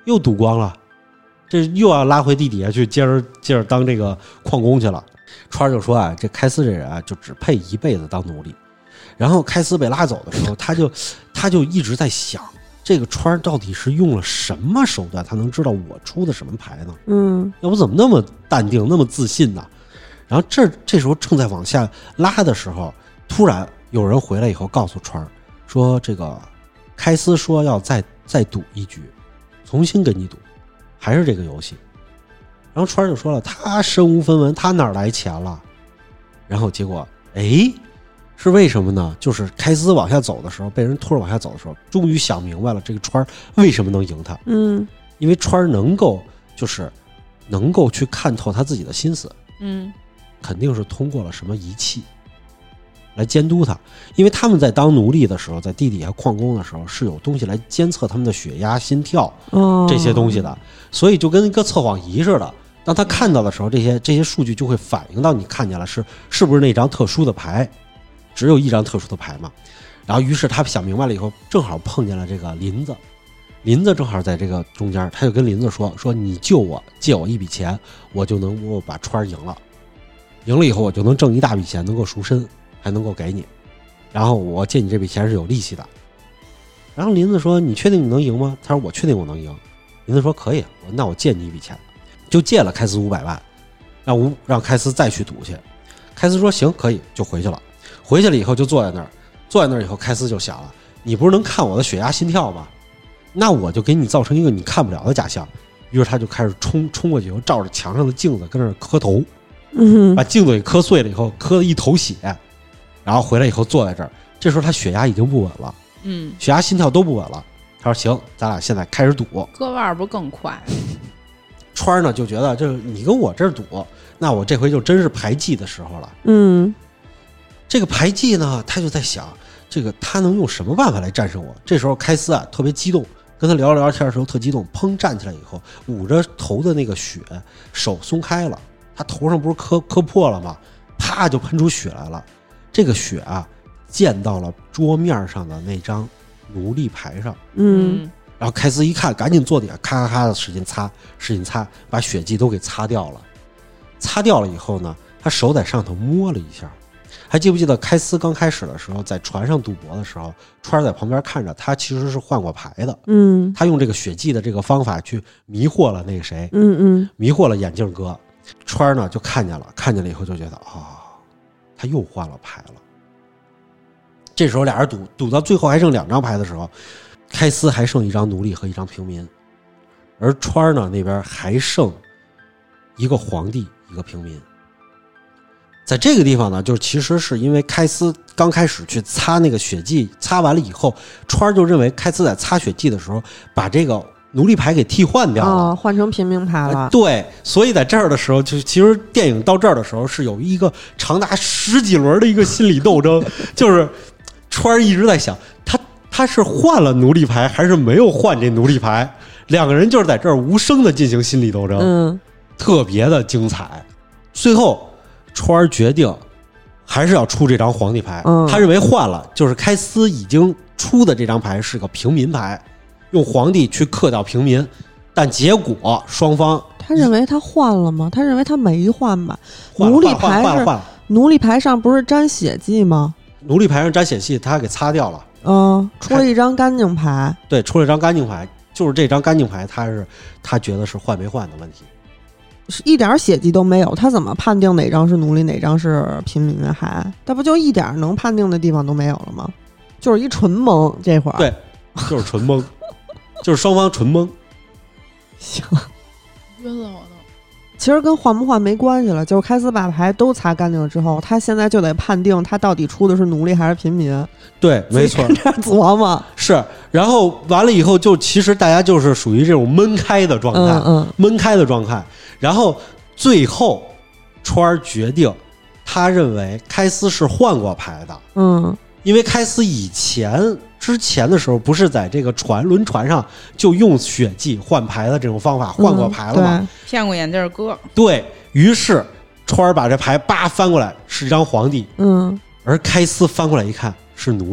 又赌光了，这又要拉回地底下去，接着接着当这个矿工去了。川就说啊，这开司这人啊，就只配一辈子当奴隶。然后开司被拉走的时候，他就他就一直在想，这个川到底是用了什么手段，他能知道我出的什么牌呢？ 嗯， 要不怎么那么淡定，那么自信呢？然后这这时候正在往下拉的时候，突然有人回来以后告诉川说，这个开司说要再再赌一局，重新跟你赌，还是这个游戏。然后川就说了，他身无分文，他哪来钱了？然后结果，哎，是为什么呢？就是开司往下走的时候，被人拖着往下走的时候，终于想明白了，这个川为什么能赢他。 嗯， 因为川能够就是能够去看透他自己的心思。 嗯， 肯定是通过了什么仪器来监督他，因为他们在当奴隶的时候，在地底下矿工的时候，是有东西来监测他们的血压、心跳这些东西的，所以就跟一个测谎仪似的。当他看到的时候，这些这些数据就会反映到你看见了是是不是那张特殊的牌，只有一张特殊的牌嘛。然后于是他想明白了以后，正好碰见了这个林子，林子正好在这个中间，他就跟林子说说你救我，借我一笔钱，我就能我把川赢了。赢了以后我就能挣一大笔钱，能够赎身，还能够给你，然后我借你这笔钱是有利息的。然后林子说你确定你能赢吗？他说我确定我能赢。林子说可以，那我借你一笔钱，就借了开司五百万，让吴让开司再去赌去。开司说行可以，就回去了。回去了以后就坐在那儿，坐在那儿以后开司就想了，你不是能看我的血压心跳吗？那我就给你造成一个你看不了的假象。于是他就开始冲冲过去以后，照着墙上的镜子跟那儿磕头， 嗯， 把镜子给磕碎了以后，磕了一头血，然后回来以后坐在这儿。这时候他血压已经不稳了， 嗯， 血压心跳都不稳了。他说行，咱俩现在开始赌。 割腕不更快？ 川呢就觉得就是你跟我这儿赌，那我这回就真是牌技的时候了。 嗯， 这个牌技呢，他就在想，这个他能用什么办法来战胜我？这时候开司啊特别激动，跟他聊聊天的时候特激动，砰站起来以后，捂着头的那个血手松开了，他头上不是磕磕破了吗？啪就喷出血来了。这个血啊溅到了桌面上的那张奴隶牌上。 嗯， 然后开司一看，赶紧坐底下，咔咔咔的使劲擦，使劲擦，把血迹都给擦掉了。擦掉了以后呢，他手在上头摸了一下。还记不记得开司刚开始的时候，在船上赌博的时候，川在旁边看着，他其实是换过牌的。 嗯， 他用这个血迹的这个方法去迷惑了那个谁， 嗯嗯， 迷惑了眼镜哥。川呢就看见了，看见了以后就觉得啊、哦，他又换了牌了。这时候俩人赌赌到最后还剩两张牌的时候，开司还剩一张奴隶和一张平民，而川呢那边还剩一个皇帝一个平民。在这个地方呢，就其实是因为开司刚开始去擦那个血迹，擦完了以后，川就认为开司在擦血迹的时候把这个奴隶牌给替换掉了， 哦，换成平民牌了。 对，所以在这儿的时候，就其实电影到这儿的时候是有一个长达十几轮的一个心理斗争，就是川一直在想，他他是换了奴隶牌还是没有换这奴隶牌，两个人就是在这儿无声的进行心理斗争， 嗯， 特别的精彩。最后川决定还是要出这张皇帝牌， 嗯， 他认为换了就是开司已经出的这张牌是个平民牌，用皇帝去克掉平民，但结果双方他认为他换了吗？他认为他没换吧？ 换奴隶牌是换了换了， 奴隶牌上不是沾血迹吗？ 奴隶牌上沾血迹，他给擦掉了。 嗯，出了一张干净牌。 对，出了一张干净牌，就是这张干净牌，他是他觉得是换没换的问题， 是一点血迹都没有，他怎么判定哪张是奴隶，哪张是平民啊？还他不就一点能判定的地方都没有了吗？就是一纯蒙这会儿。 对，就是纯蒙，就是双方纯蒙。 行， 晕了我都。 其实跟换不换没关系了，就是开司把牌都擦干净了之后，他现在就得判定他到底出的是奴隶还是平民。 对，没错， 这样琢磨是。然后完了以后，就其实大家就是属于这种闷开的状态， 嗯嗯， 闷开的状态。然后最后川决定，他认为开司是换过牌的， 嗯， 因为开司以前之前的时候不是在这个船轮船上就用血迹换牌的这种方法换过牌了吗？ 嗯、 骗过眼镜哥。 对，于是川把这牌叭翻过来是一张皇帝， 嗯， 而开司翻过来一看是奴隶。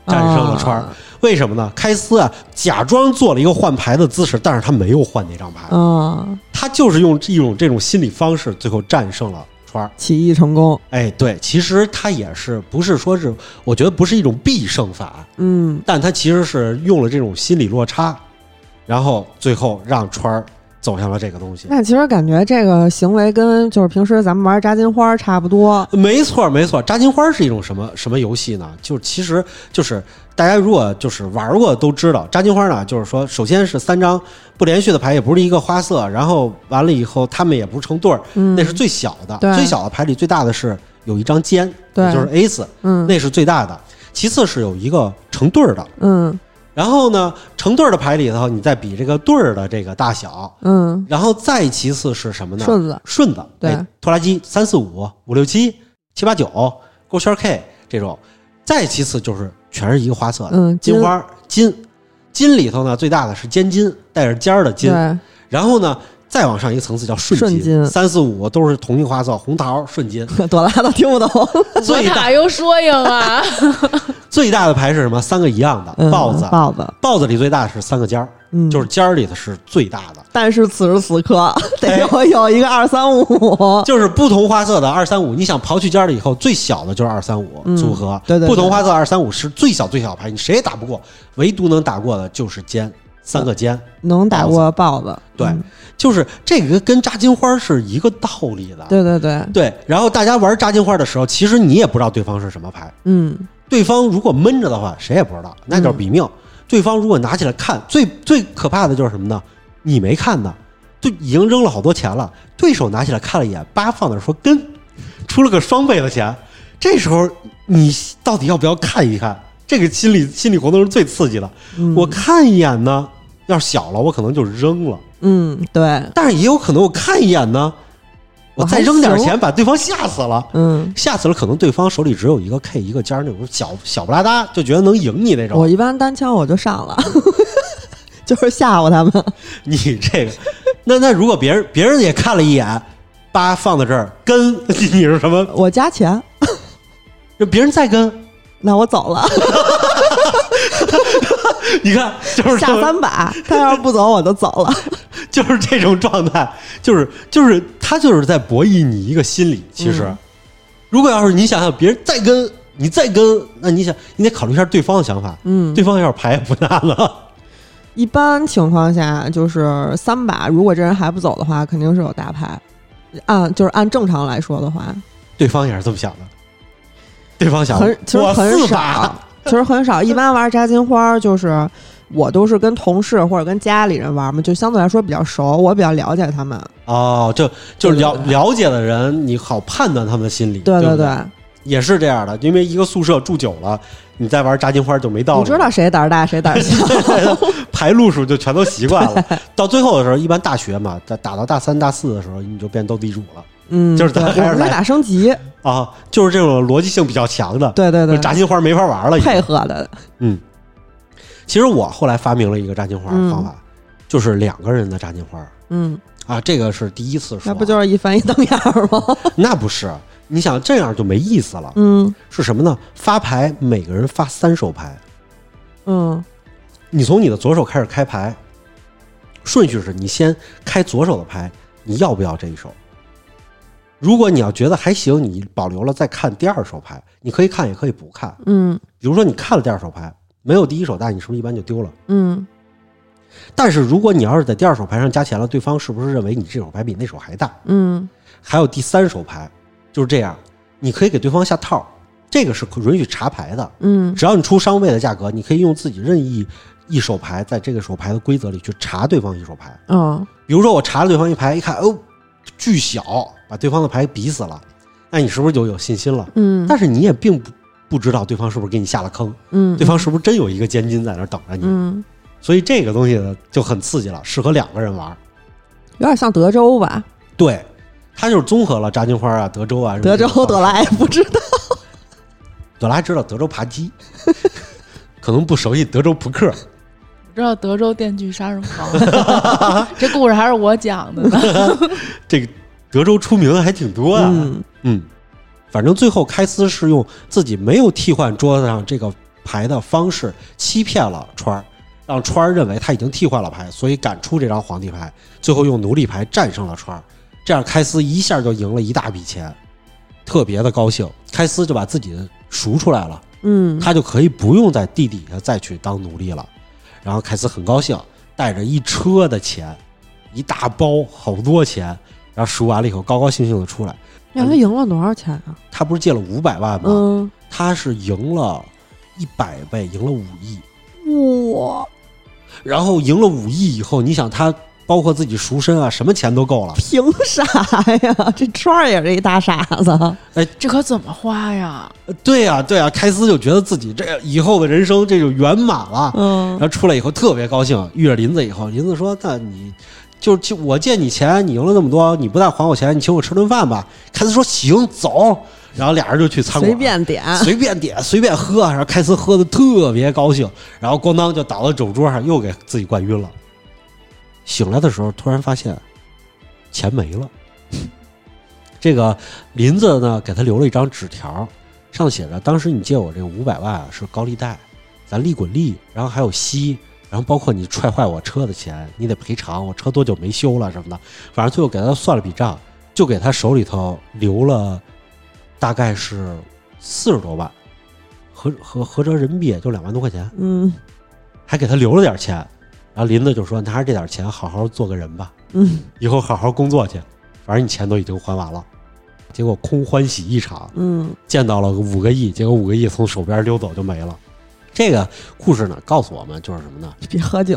战胜了川儿。啊为什么呢？开司啊，假装做了一个换牌的姿势，但是他没有换那张牌， 啊， 他就是用一种这种心理方式，最后战胜了川儿， 起义成功。 哎，对，其实他也是不是说是，我觉得不是一种必胜法， 嗯， 但他其实是用了这种心理落差，然后最后让川儿走向了这个东西。 那其实感觉这个行为跟就是平时咱们玩扎金花差不多。 没错没错，扎金花是一种什么什么游戏呢？就其实就是大家如果就是玩过都知道，扎金花呢就是说首先是三张不连续的牌，也不是一个花色，然后完了以后他们也不是成对儿、嗯、那是最小的，最小的牌里最大的是有一张尖， 对， 就是 ace， 嗯， 那是最大的。其次是有一个成对儿的， 嗯。 然后呢，成对儿的牌里头，你再比这个对儿的这个大小， 嗯， 然后再其次是什么呢？ 顺子， 顺子， 对， 哎、拖拉机三四五五六七七八九勾圈 K 这种，再其次就是全是一个花色的， 嗯， 金花金，金里头呢最大的是尖金，带着尖儿的金， 对， 然后呢。再往上一个层次叫顺金， 金三四五都是同一花色，红桃顺金。 朵拉都听不懂， 最大又说硬啊！ 最大的牌是什么？三个一样的、 嗯、 豹子， 豹子， 豹子里最大的是三个尖儿、嗯，就是尖儿里头是最大的。 但是此时此刻得有有一个二三五， 就是不同花色的二三五。你想刨去尖儿了以后，最小的就是二三五组合， 嗯、对, 对对， 不同花色二三五是最小最小的牌，你谁也打不过，唯独能打过的就是尖。三个尖能打过豹子， 对、嗯，就是这个跟扎金花是一个道理的。 对对对对，然后大家玩扎金花的时候，其实你也不知道对方是什么牌， 嗯， 对方如果闷着的话，谁也不知道，那就是比命。嗯、对方如果拿起来看，最最可怕的就是什么呢？你没看呢，就已经扔了好多钱了，对手拿起来看了一眼，八放那说跟，出了个双倍的钱，这时候你到底要不要看一看？这个心理心理活动是最刺激的。 嗯、 我看一眼呢。要是小了，我可能就扔了。 嗯，对。 但是也有可能我看一眼呢，我再扔点钱把对方吓死了。 嗯， 吓死了，可能对方手里只有一个 K 一个尖那种小小不拉搭，就觉得能赢你那种。 我一般单枪我就上了，就是吓唬他们。 你这个，那那如果别人别人也看了一眼，八放在这儿跟你是什么？ 我加钱， 就别人再跟， 那我走了。 你看，就是下三把，他要是不走，我就走了。 就是这种状态，就是就是他就是在博弈你一个心理。其实，嗯、如果要是你想想别人再跟你再跟，那你想你得考虑一下对方的想法。 嗯， 对方要是牌不大了， 一般情况下就是三把，如果这人还不走的话，肯定是有大牌。按就是按正常来说的话， 对方也是这么想的。对方想， 很其实很少。其实很少，一般玩扎金花就是我都是跟同事或者跟家里人玩嘛，就相对来说比较熟，我比较了解他们。 哦，就就是了了解的人，你好判断他们的心理。 对对对, 对, 对， 也是这样的，因为一个宿舍住久了，你再玩扎金花就没道理。 你知道谁胆儿大谁胆儿小， 排路数就全都习惯了。到最后的时候，一般大学嘛，在打到大三大四的时候，你就变斗地主了。 嗯， 就是咱还是来打升级啊，就是这种逻辑性比较强的。 对对对， 扎金花没法玩了， 配合的。 嗯，其实我后来发明了一个扎金花的方法，嗯、就是两个人的扎金花。 嗯啊，这个是第一次说。 那不就是一翻一瞪眼吗？ 那不是，你想这样就没意思了。 嗯， 是什么呢？发牌，每个人发三手牌。 嗯， 你从你的左手开始开牌，顺序是你先开左手的牌，你要不要这一手？如果你要觉得还行，你保留了再看第二手牌，你可以看也可以不看。 嗯， 比如说你看了第二手牌，没有第一手大，你是不是一般就丢了？ 嗯。 但是如果你要是在第二手牌上加钱了，对方是不是认为你这手牌比那手还大？ 嗯。 还有第三手牌，就是这样，你可以给对方下套，这个是允许查牌的。 嗯， 只要你出商位的价格，你可以用自己任意一手牌，在这个手牌的规则里去查对方一手牌。 嗯， 比如说我查了对方一牌，一看哦。巨小，把对方的牌比死了，那你是不是就有信心了？ 嗯， 但是你也并不不知道对方是不是给你下了坑， 嗯， 对方是不是真有一个尖金在那等着你？ 嗯， 所以这个东西呢就很刺激了，适合两个人玩， 有点像德州吧？ 对，它就是综合了扎金花啊、德州啊。 德州朵拉也不知道， 朵拉知道德州扒鸡，可能不熟悉德州扑克。 知道德州电锯杀人狂，这故事还是我讲的呢。 这个德州出名的还挺多啊。 嗯嗯，反正最后开司是用自己没有替换桌子上这个牌的方式欺骗了川儿，让川儿认为他已经替换了牌，所以敢出这张皇帝牌，最后用奴隶牌战胜了川儿。这样开司一下就赢了一大笔钱，特别的高兴。开司就把自己赎出来了， 嗯， 他就可以不用在地底下再去当奴隶了。然后开司很高兴，带着一车的钱，一大包好多钱，然后赎完了以后高高兴兴的出来。 让他赢了多少钱啊？ 他不是借了五百万吗？ 嗯， 他是赢了一百倍，赢了五亿。 哇！ 然后赢了五亿以后，你想他包括自己赎身啊，什么钱都够了。 凭啥呀？这川儿也是一大傻子。 哎，这可怎么花呀？ 对呀、啊，对呀、啊，开司就觉得自己这以后的人生这就圆满了。 嗯， 然后出来以后特别高兴，遇着林子以后，林子说：“那你就就我借你钱，你赢了那么多，你不但还我钱，你请我吃顿饭吧。”开司说：“行，走。”然后俩人就去餐馆， 随便点， 随便点，随便喝。然后开司喝的特别高兴，然后咣当就倒到酒桌上，又给自己灌晕了。醒来的时候，突然发现钱没了。这个林子呢，给他留了一张纸条，上写着：“当时你借我这个五百万啊，是高利贷，咱利滚利，然后还有息，然后包括你踹坏我车的钱，你得赔偿。我车多久没修了什么的，反正最后给他算了笔账，就给他手里头留了。”大概是四十多万，合合合折人民币也就两万多块钱， 嗯， 还给他留了点钱。然后林子就说：“拿着这点钱，好好做个人吧， 嗯， 以后好好工作去，反正你钱都已经还完了。”结果空欢喜一场， 嗯， 见到了五个亿，结果五个亿从手边溜走就没了。这个故事呢，告诉我们就是什么呢？ 别喝酒。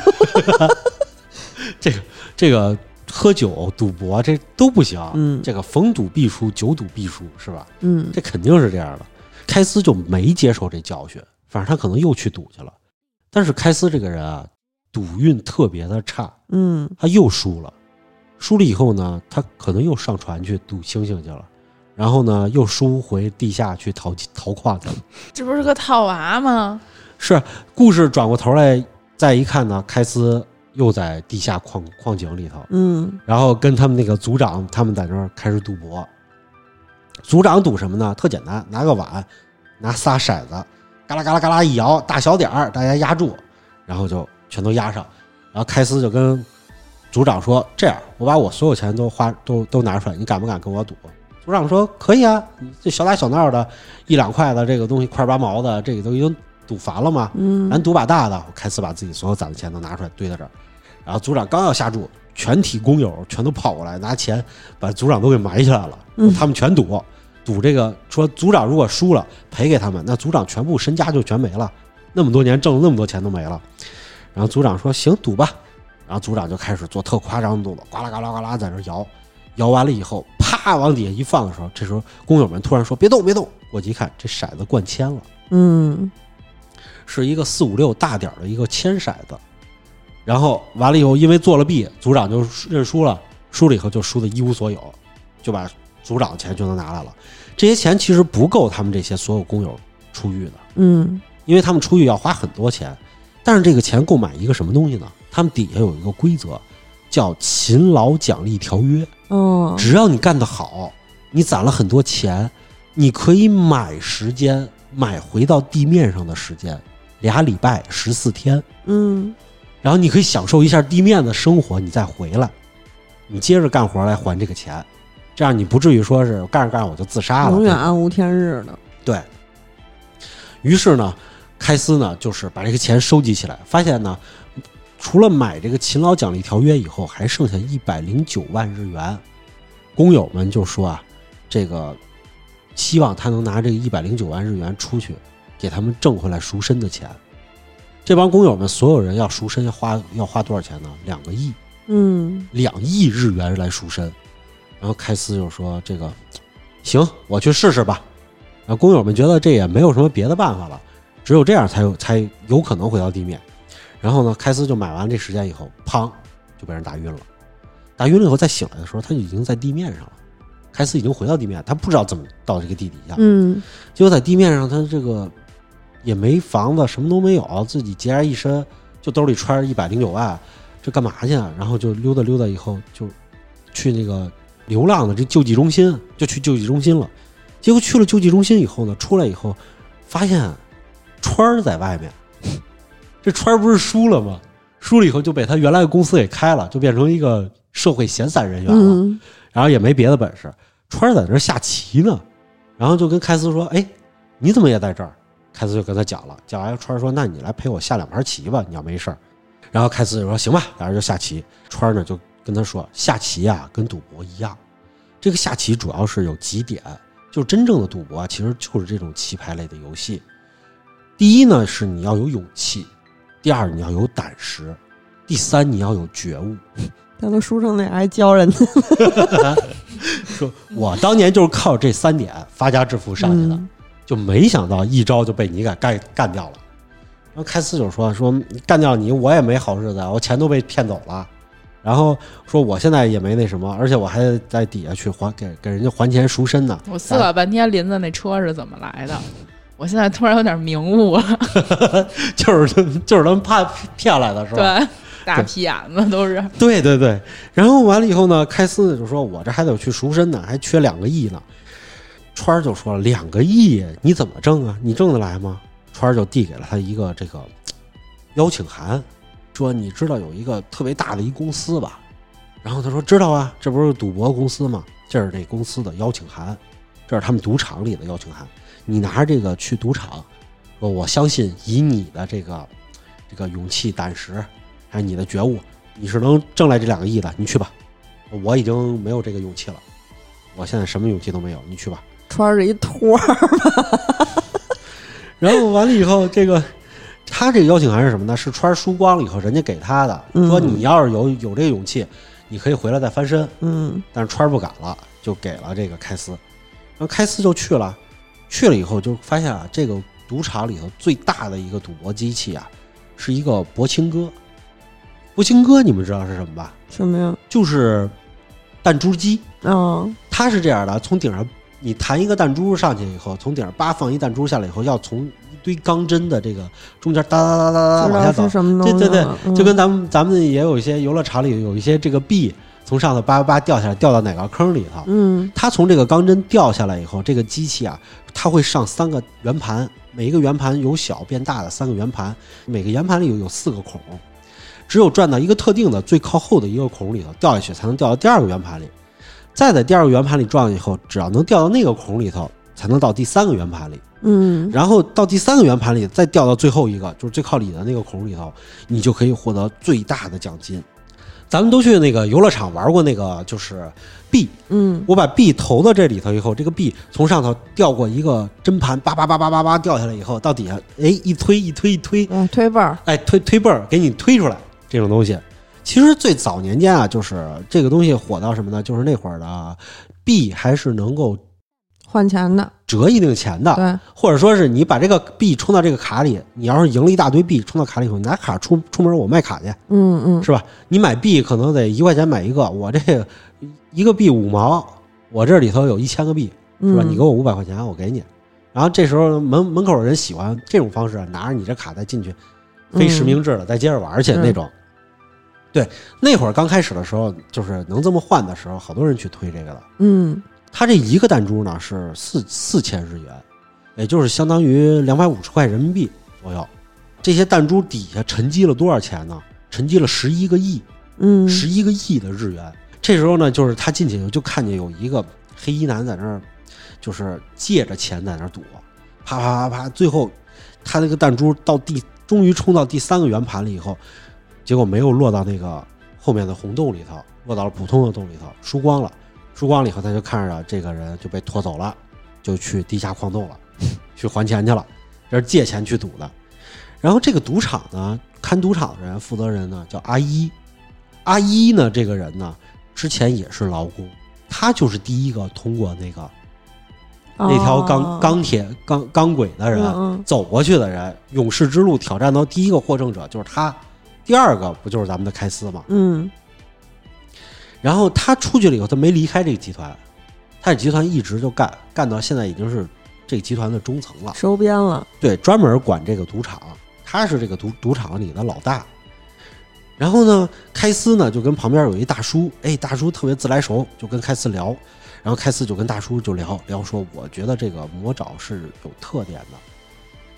这个这个。喝酒、赌博这都不行， 嗯， 这个逢赌必输，久赌必输，是吧？ 嗯， 这肯定是这样的。开司就没接受这教训，反正他可能又去赌去了。但是开司这个人啊，赌运特别的差， 嗯， 他又输了，输了以后呢，他可能又上船去赌星星去了，然后呢，又输回地下去淘淘矿去了。 这不是个套娃吗？ 是，故事转过头来再一看呢，开司。又在地下矿矿井里头， 嗯， 然后跟他们那个组长他们在那儿开始赌博。组长赌什么呢？特简单，拿个碗，拿仨骰子，嘎啦嘎啦嘎啦一摇，大小点儿，大家压住，然后就全都压上。然后开司就跟组长说：“这样，我把我所有钱都花都都拿出来，你敢不敢跟我赌？”组长说：“可以啊，你这小打小闹的，一两块的这个东西，块八毛的，这个都已经赌烦了嘛。 嗯， 咱赌把大的。”开司把自己所有攒的钱都拿出来堆在这儿。然后组长刚要下注，全体工友全都跑过来拿钱把组长都给埋起来了。 嗯， 他们全赌赌这个，说组长如果输了赔给他们，那组长全部身家就全没了，那么多年挣了那么多钱都没了。然后组长说：“行，赌吧。”然后组长就开始做特夸张的动作，呱啦呱啦呱啦在这摇，摇完了以后，啪往底下一放的时候，这时候工友们突然说：“别动，别动！”过去一看，这骰子灌铅了。 嗯， 是一个四五六大点的一个铅骰子。然后完了以后，因为做了弊，组长就认输了，输了以后就输的一无所有，就把组长的钱就能拿来了。这些钱其实不够他们这些所有工友出狱的， 嗯， 因为他们出狱要花很多钱，但是这个钱购买一个什么东西呢？他们底下有一个规则，叫勤劳奖励条约。 哦， 只要你干得好，你攒了很多钱，你可以买时间，买回到地面上的时间，俩礼拜十四天。 嗯。 然后你可以享受一下地面的生活，你再回来，你接着干活来还这个钱，这样你不至于说是干着干着我就自杀了， 永远暗无天日的。 对。于是呢，开司呢就是把这个钱收集起来，发现呢，除了买这个勤劳奖励条约以后，还剩下一百零九万日元。工友们就说啊，这个希望他能拿这个一百零九万日元出去，给他们挣回来赎身的钱。这帮工友们所有人要赎身要花要花多少钱呢？两个亿， 嗯， 两亿日元来赎身。然后开司就说：“这个行，我去试试吧。”然后工友们觉得这也没有什么别的办法了，只有这样才有才有可能回到地面。然后呢，开司就买完这时间以后，砰就被人打晕了。打晕了以后再醒来的时候，他就已经在地面上了。开司已经回到地面，他不知道怎么到这个地底下。 嗯， 结果在地面上，他这个。也没房子，什么都没有，自己孑然一身，就兜里揣着一百零九万，这干嘛去啊？然后就溜达溜达，以后就去那个流浪的这救济中心，就去救济中心了。结果去了救济中心以后呢，出来以后发现川儿在外面。这川儿不是输了吗？输了以后就被他原来的公司给开了，就变成一个社会闲散人员了，嗯、然后也没别的本事。川儿在那儿下棋呢，然后就跟开司说：“哎，你怎么也在这儿？”开司就跟他讲了，讲完川儿说：“那你来陪我下两盘棋吧，你要没事儿。”然后开司就说：“行吧。”俩人就下棋。川儿呢就跟他说：“下棋啊，跟赌博一样，这个下棋主要是有几点，就是真正的赌博啊，其实就是这种棋牌类的游戏。第一呢是你要有勇气。”第二，你要有胆识；第三，你要有觉悟。 他都书上那还教人呢。 说我当年就是靠这三点发家致富上去的，嗯、就没想到一招就被你给干干掉了。然后开司就说说干掉你，我也没好日子，我钱都被骗走了。然后说我现在也没那什么，而且我还在底下去还给给人家还钱赎身呢。 我思考半天，林子那车是怎么来的？我现在突然有点明悟了。 就是就是他们怕骗来的是吧？ 对，大屁眼子都是。 对对对，然后完了以后呢，开司就说我这还得去赎身呢，还缺两个亿呢。川儿就说了，两个亿你怎么挣啊？你挣得来吗？川儿就递给了他一个这个邀请函，说你知道有一个特别大的一公司吧？然后他说知道啊，这不是赌博公司吗？这是这公司的邀请函，这是他们赌场里的邀请函。你拿着这个去赌场，说我相信以你的这个这个勇气、胆识，还有你的觉悟，你是能挣来这两个亿的。你去吧，我已经没有这个勇气了，我现在什么勇气都没有，你去吧。 穿着一托儿吧。 然后完了以后，这个他这个邀请函是什么呢？是川输光了以后人家给他的，嗯、说你要是有有这个勇气，你可以回来再翻身。嗯，但是川不敢了，就给了这个开司。然后开司就去了。去了以后就发现啊，这个赌场里头最大的一个赌博机器啊，是一个博青哥。博青哥你们知道是什么吧？ 什么呀？ 就是弹珠机。 哦， 它是这样的，从顶上你弹一个弹珠上去以后，从顶上叭放一弹珠下来以后，要从一堆钢针的这个中间哒哒哒哒哒往下走。对对对，嗯、就跟咱们咱们也有一些游乐场里有一些这个币。从上头叭叭叭掉下来，掉到哪个坑里头？嗯，它从这个钢针掉下来以后，这个机器啊，它会上三个圆盘，每一个圆盘由小变大的三个圆盘，每个圆盘里有有四个孔，只有转到一个特定的最靠后的一个孔里头掉下去，才能掉到第二个圆盘里。再在第二个圆盘里转以后，只要能掉到那个孔里头，才能到第三个圆盘里。嗯，然后到第三个圆盘里，再掉到最后一个，就是最靠里的那个孔里头，你就可以获得最大的奖金。咱们都去那个游乐场玩过那个就是币，嗯，我把币投到这里头以后，这个币从上头掉过一个针盘，叭叭叭叭叭叭掉下来以后，到底下哎一推一推一推， 嗯，推背儿， 哎推推背儿给你推出来这种东西。其实最早年间啊，就是这个东西火到什么呢？就是那会儿的币还是能够换钱的， 折一定钱的， 对， 或者说是你把这个币充到这个卡里，你要是赢了一大堆币充到卡里以后，你拿卡出出门我卖卡去， 嗯嗯， 是吧？你买币可能得一块钱买一个，我这个一个币五毛，我这里头有一千个币，是吧？嗯、你给我五百块钱，我给你。然后这时候门门口的人喜欢这种方式，拿着你这卡再进去，非实名制的、嗯、再接着玩，而且那种。对，那会儿刚开始的时候，就是能这么换的时候，好多人去推这个的。嗯，它这一个弹珠呢是四四千日元，也就是相当于两百五十块人民币左右。这些弹珠底下沉积了多少钱呢？沉积了十一个亿，嗯，十一个亿的日元。这时候呢，就是他进去就看见有一个黑衣男在那儿，就是借着钱在那儿赌，啪啪啪啪，最后他那个弹珠到第终于冲到第三个圆盘了以后。结果没有落到那个后面的红洞里头，落到了普通的洞里头，输光了。输光了以后，他就看着这个人就被拖走了，就去地下矿洞了，去还钱去了。这是借钱去赌的。然后这个赌场呢，看赌场的人负责人呢叫阿一。阿一呢，这个人呢，之前也是劳工，他就是第一个通过那个、哦、那条钢钢铁钢钢轨的人、嗯、走过去的人，勇士之路挑战到第一个获胜者就是他。第二个不就是咱们的开司吗？嗯，然后他出去了以后，他没离开这个集团，他这集团一直就干，干到现在已经是这个集团的中层了， 收编了。 对，专门管这个赌场，他是这个赌赌场里的老大。然后呢，开司呢就跟旁边有一大叔，哎，大叔特别自来熟，就跟开司聊，然后开司就跟大叔就聊聊说，我觉得这个魔爪是有特点的。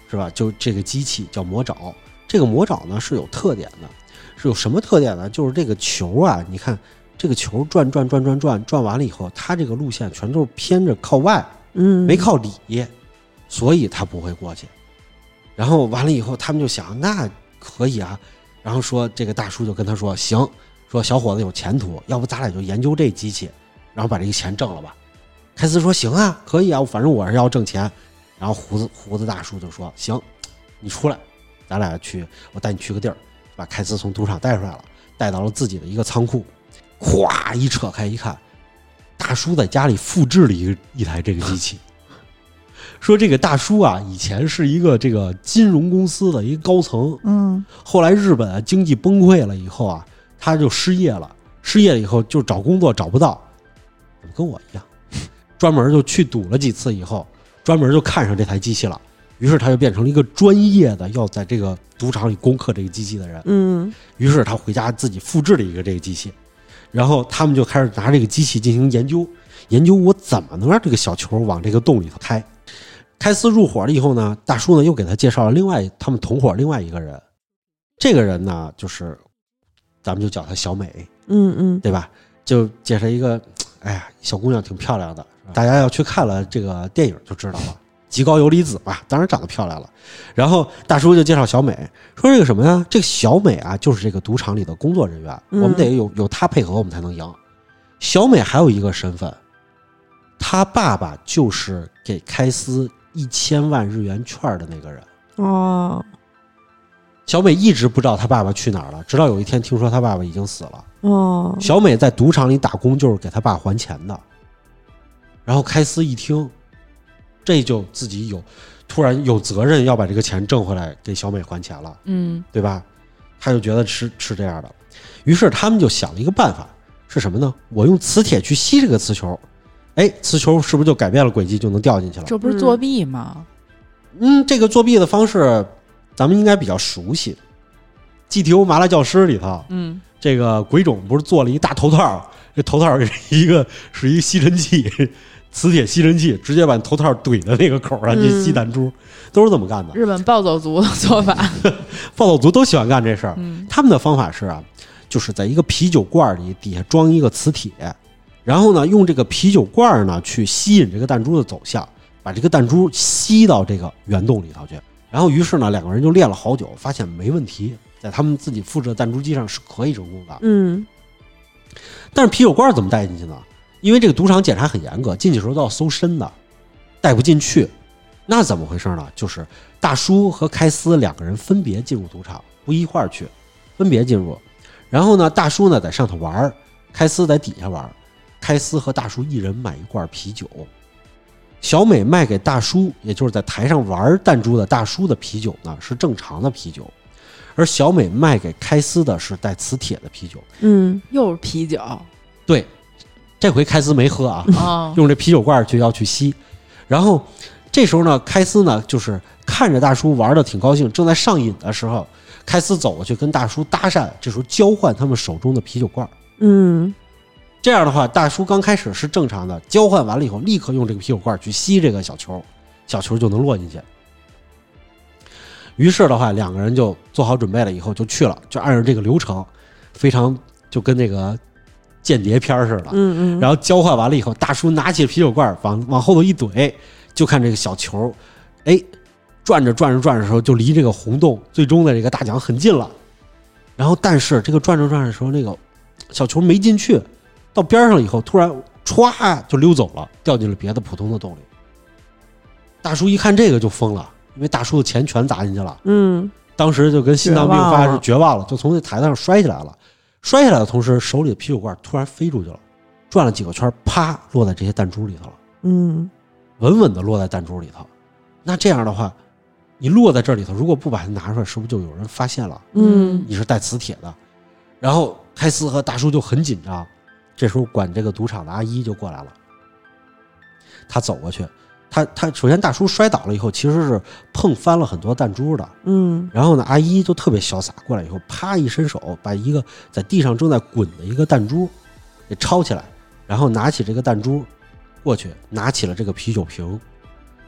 是吧？就这个机器叫魔爪，这个魔爪呢是有特点的，是有什么特点呢？就是这个球啊，你看这个球转转转转转转完了以后，它这个路线全都是偏着靠外， 嗯， 没靠里，所以它不会过去。然后完了以后，他们就想那可以啊，然后说这个大叔就跟他说行，说小伙子有前途，要不咱俩就研究这机器，然后把这个钱挣了吧。开司说行啊，可以啊，反正我是要挣钱。然后胡子胡子大叔就说行，你出来，咱俩去，我带你去个地儿，把开司从赌场带出来了，带到了自己的一个仓库，咵一扯开一看，大叔在家里复制了一个一台这个机器。说这个大叔啊，以前是一个这个金融公司的一个高层， 嗯， 后来日本经济崩溃了以后啊，他就失业了，失业了以后就找工作找不到，怎么跟我一样，专门就去赌了几次以后，专门就看上这台机器了，于是他就变成了一个专业的要在这个赌场里攻克这个机器的人， 嗯， 于是他回家自己复制了一个这个机器，然后他们就开始拿这个机器进行研究，研究我怎么能让这个小球往这个洞里头开。开司入伙了以后呢，大叔呢又给他介绍了另外他们同伙另外一个人，这个人呢就是咱们就叫他小美， 嗯嗯， 对吧？就介绍一个，哎呀，小姑娘挺漂亮的，大家要去看了这个电影就知道了，极高游离子吧，当然长得漂亮了。然后大叔就介绍小美，说这个什么呀？这个小美啊，就是这个赌场里的工作人员， 嗯、 我们得有有她配合，我们才能赢。小美还有一个身份，她爸爸就是给开司一千万日元券的那个人。 哦， 小美一直不知道她爸爸去哪儿了，直到有一天听说她爸爸已经死了。 哦， 小美在赌场里打工就是给她爸还钱的。然后开司一听，这就自己有突然有责任要把这个钱挣回来给小美还钱了， 嗯， 对吧？他就觉得是是这样的，于是他们就想了一个办法，是什么呢？我用磁铁去吸这个磁球，哎，磁球是不是就改变了轨迹，就能掉进去了？ 这不是作弊吗？ 嗯，这个作弊的方式咱们应该比较熟悉。G T O 麻辣教师里头， 嗯， 这个鬼冢不是做了一大头套，这头套是一个是一个吸尘器，磁铁吸尘器，直接把头套怼在那个口上去吸弹珠，嗯、都是这么干的。 日本暴走族的做法， 暴走族都喜欢干这事儿。 嗯、 他们的方法是啊，就是在一个啤酒罐里底下装一个磁铁，然后呢，用这个啤酒罐呢去吸引这个弹珠的走向，把这个弹珠吸到这个圆洞里头去。然后于是呢，两个人就练了好久，发现没问题，在他们自己复制的弹珠机上是可以成功的。 嗯， 但是啤酒罐怎么带进去呢？因为这个赌场检查很严格，进去的时候都要搜身的，带不进去。那怎么回事呢？就是大叔和开司两个人分别进入赌场，不一块儿去，分别进入。然后呢，大叔呢在上头玩，开司在底下玩。开司和大叔一人买一罐啤酒，小美卖给大叔，也就是在台上玩弹珠的大叔的啤酒呢是正常的啤酒，而小美卖给开司的是带磁铁的啤酒。 嗯， 又是啤酒。 对，这回开司没喝啊， 哦、 用这啤酒罐去要去吸。然后这时候呢，开司呢就是看着大叔玩的挺高兴，正在上瘾的时候，开司走过去跟大叔搭讪，这时候交换他们手中的啤酒罐。 嗯， 这样的话，大叔刚开始是正常的，交换完了以后，立刻用这个啤酒罐去吸这个小球，小球就能落进去。于是的话，两个人就做好准备了以后就去了，就按照这个流程，非常就跟那个间谍片似的。 嗯嗯。 然后交换完了以后，大叔拿起啤酒罐往往后头一怼，就看这个小球，哎，转着转着转着的时候，就离这个红洞最终的这个大奖很近了。然后但是这个转着转着的时候，那个小球没进去。到边上了以后，突然歘就溜走了，掉进了别的普通的洞里。大叔一看这个就疯了，因为大叔的钱全砸进去了。 嗯， 当时就跟心脏病发是绝望了，就从那台子上摔下来了。摔下来的同时，手里的啤酒罐突然飞出去了，转了几个圈，啪落在这些弹珠里头了。 嗯， 稳稳的落在弹珠里头。那这样的话，你落在这里头，如果不把它拿出来，是不是就有人发现了？ 嗯， 你是带磁铁的。然后开司和大叔就很紧张。这时候管这个赌场的阿姨就过来了，他走过去，他他首先大叔摔倒了以后，其实是碰翻了很多弹珠的， 嗯， 然后呢，阿姨就特别潇洒，过来以后，啪一伸手，把一个在地上正在滚的一个弹珠给抄起来，然后拿起这个弹珠过去，拿起了这个啤酒瓶，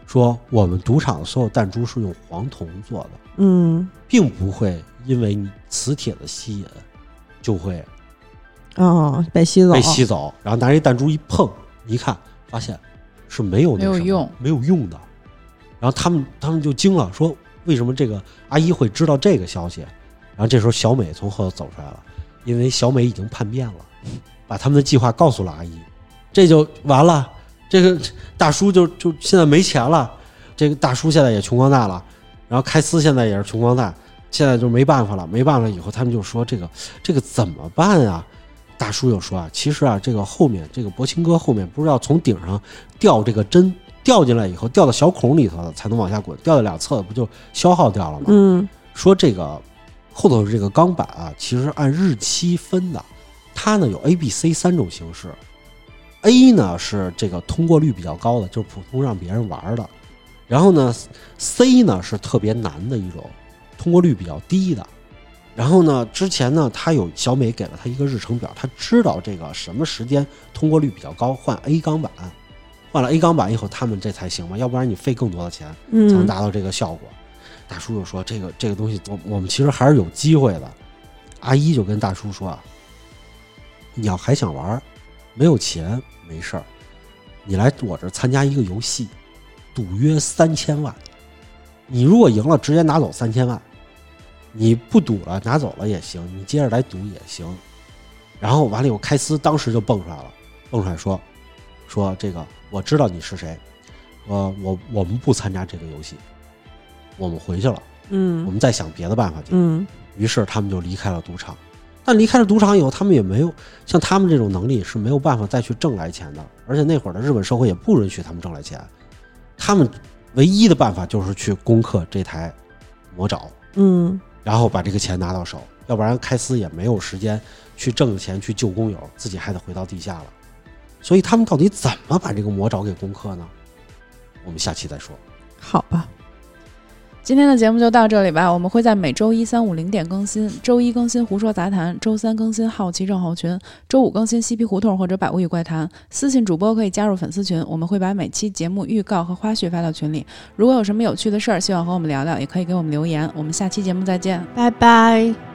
说我们赌场的所有弹珠是用黄铜做的， 嗯， 并不会因为你磁铁的吸引就会哦被吸走， 被吸走。然后拿这弹珠一碰，一看发现是没有那没有用， 没有用的。然后他们他们就惊了，说为什么这个阿姨会知道这个消息？然后这时候小美从后头走出来了，因为小美已经叛变了，把他们的计划告诉了阿姨，这就完了。这个大叔就就现在没钱了，这个大叔现在也穷光蛋了，然后开司现在也是穷光蛋，现在就没办法了，没办法以后他们就说这个这个怎么办啊？大叔又说啊，其实啊这个后面这个博清哥后面不是要从顶上掉这个针。掉进来以后，掉到小孔里头的才能往下滚，掉到两侧不就消耗掉了吗？ 嗯， 说这个后头这个钢板啊，其实按日期分的，它呢有 A、B、C 三种形式。A 呢是这个通过率比较高的，就是普通让别人玩的。然后呢 ，C 呢是特别难的一种，通过率比较低的。然后呢，之前呢，他有小美给了他一个日程表，他知道这个什么时间通过率比较高，换 A 钢板。换了 A 钢板以后，他们这才行嘛，要不然你费更多的钱才能达到这个效果。嗯、大叔就说：“这个这个东西，我我们其实还是有机会的。”阿姨就跟大叔说：“啊，你要还想玩，没有钱没事儿，你来我这参加一个游戏，赌约三千万。你如果赢了，直接拿走三千万；你不赌了，拿走了也行，你接着来赌也行。”然后完了以后，开司当时就蹦出来了，蹦出来说：“说这个。”我知道你是谁，呃，我我们不参加这个游戏，我们回去了， 嗯， 我们再想别的办法去， 嗯， 于是他们就离开了赌场。但离开了赌场以后，他们也没有像他们这种能力是没有办法再去挣来钱的，而且那会儿的日本社会也不允许他们挣来钱，他们唯一的办法就是去攻克这台魔爪， 嗯， 然后把这个钱拿到手，要不然开司也没有时间去挣钱去救工友，自己还得回到地下了。所以他们到底怎么把这个魔爪给攻克呢？我们下期再说。 好吧， 今天的节目就到这里吧。我们会在每周一、三、五零点更新，周一更新胡说杂谈，周三更新好奇症候群，周五更新嬉皮胡同或者百物语怪谈。私信主播可以加入粉丝群，我们会把每期节目预告和花絮发到群里。如果有什么有趣的事儿，希望和我们聊聊，也可以给我们留言。我们下期节目再见， 拜拜。